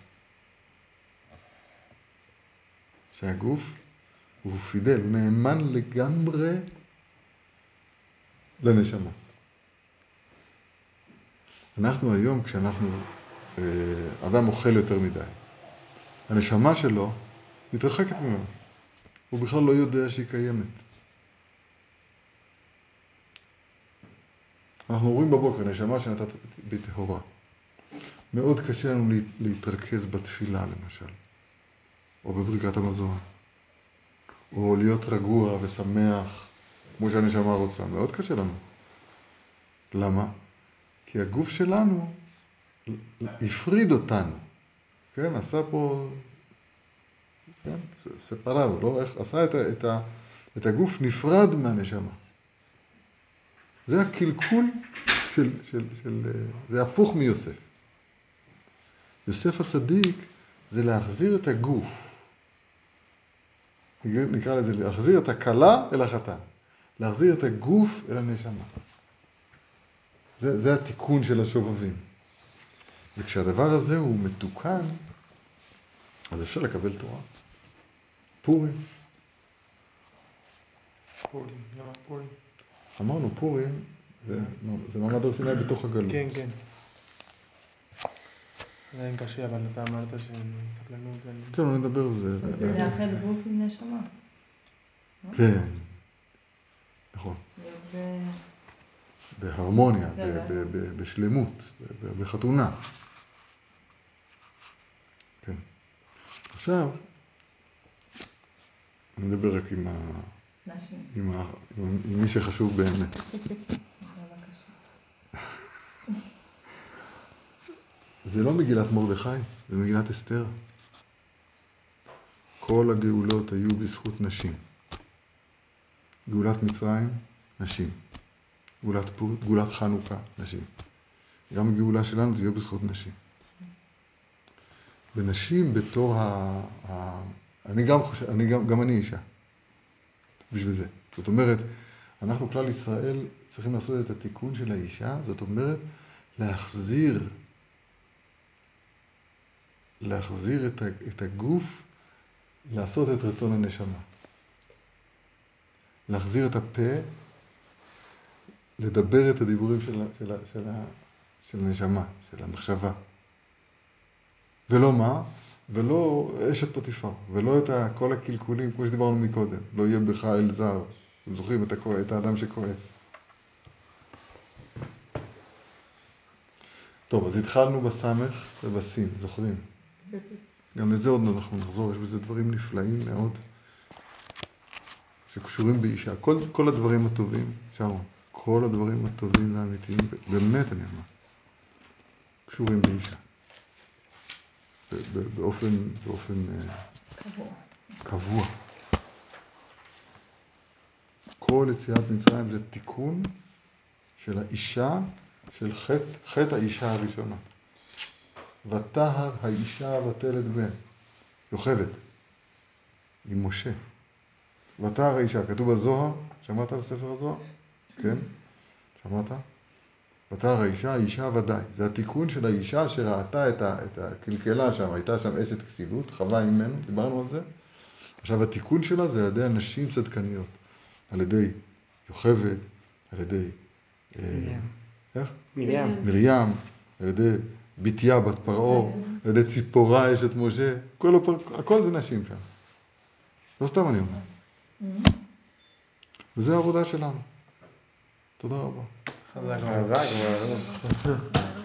שהגוף הוא פידל, הוא נאמן לגמרי לנשמה. אנחנו היום, כשאנחנו, אדם אוכל יותר מדי, הנשמה שלו מתרחקת ממנו. הוא בכלל לא יודע שהיא קיימת. אנחנו רואים בבוקר, נשמה שנתת בי טהורה. מאוד קשה לנו להתרכז בתפילה, למשל. או בברכת המזון. או להיות רגוע ושמח, כמו שהנשמה רוצה. מאוד קשה לנו. למה? כי הגוף שלנו הפריד אותנו. כן, עשה פה... כן, ספרדו, לא? איך עשה את, ה, את, ה, את הגוף נפרד מהנשמה. זה הקלקול של, של, של, זה הפוך מיוסף. יוסף הצדיק זה להחזיר את הגוף. נקרא לזה, להחזיר את הכלה אל החתן. להחזיר את הגוף אל הנשמה. זה, זה התיקון של השובבים. וכשהדבר הזה הוא מתוקן, אז אפשר לקבל תורה. פורים. פורים, למה פורים? אמרנו, פורים זה, זה מעמד הר סיני בתוך הגלות. כן, כן. עדיין קשה, אבל אתה אמרת שסבלנות ואני... כן, לא נדבר על זה. זה לאחד גוף עם נשמה. כן, נכון. בהרמוניה, בשלמות, בחתונה. כן. עכשיו, אני מדבר רק עם ה... נשים. עם ה... עם מי שחשוב באמת. זה לא מגילת מרדכי, זה מגילת אסתר. כל הגאולות היו בזכות נשים. גאולת מצרים, נשים. גאולת פור, גאולת חנוכה, נשים. גם הגאולה שלנו תהיה בזכות נשים. ונשים בתור ה... ה... אני גם חושב, אני גם, גם אני אישה. בשביל זה. זאת אומרת, אנחנו כלל ישראל צריכים לעשות את התיקון של האישה, זאת אומרת, להחזיר, להחזיר את, ה... את הגוף, לעשות את רצון הנשמה. להחזיר את הפה, לדבר את הדיבורים של, של, של, של הנשמה, של המחשבה. ולא מה? ולא אשת פוטיפר, ולא את כל הקלקולים, כמו שדיברנו מקודם. לא יהיה בך אל זר. אתם זוכרים את, הכו... את האדם שכועס. טוב, אז התחלנו בסמך ובסין, זוכרים? גם לזה עוד אנחנו נחזור, יש בזה דברים נפלאים מאוד, שקשורים באישה. כל, כל הדברים הטובים, שרון, כל הדברים הטובים והאמיתיים, באמת אני אומר, קשורים באישה. באופן, באופן קבוע. קבוע. כל יציאת מצרים זה תיקון של האישה, של חטא, חטא האישה הראשונה. ותהר האישה ותלד בן. יוכבד. עם משה. ותהר האישה, כתוב בזוהר, שמעת על ספר הזוהר? כן? שמעת? ותהר האישה, האישה ודאי. זה התיקון של האישה שראתה את, ה, את הקלקלה שם, הייתה שם אשת כסילות, חווה ממנו, דיברנו על זה. עכשיו התיקון שלה זה על ידי אנשים צדקניות. על ידי יוכבד, על ידי... מרים. איך? מרים. מרים, על ידי בתיה בת פרעה, על ידי ציפורה אשת משה, כל הפר... הכל זה נשים שם. לא סתם אני אומר. וזה העבודה שלנו. תודה רבה. חזק חזק, ברור.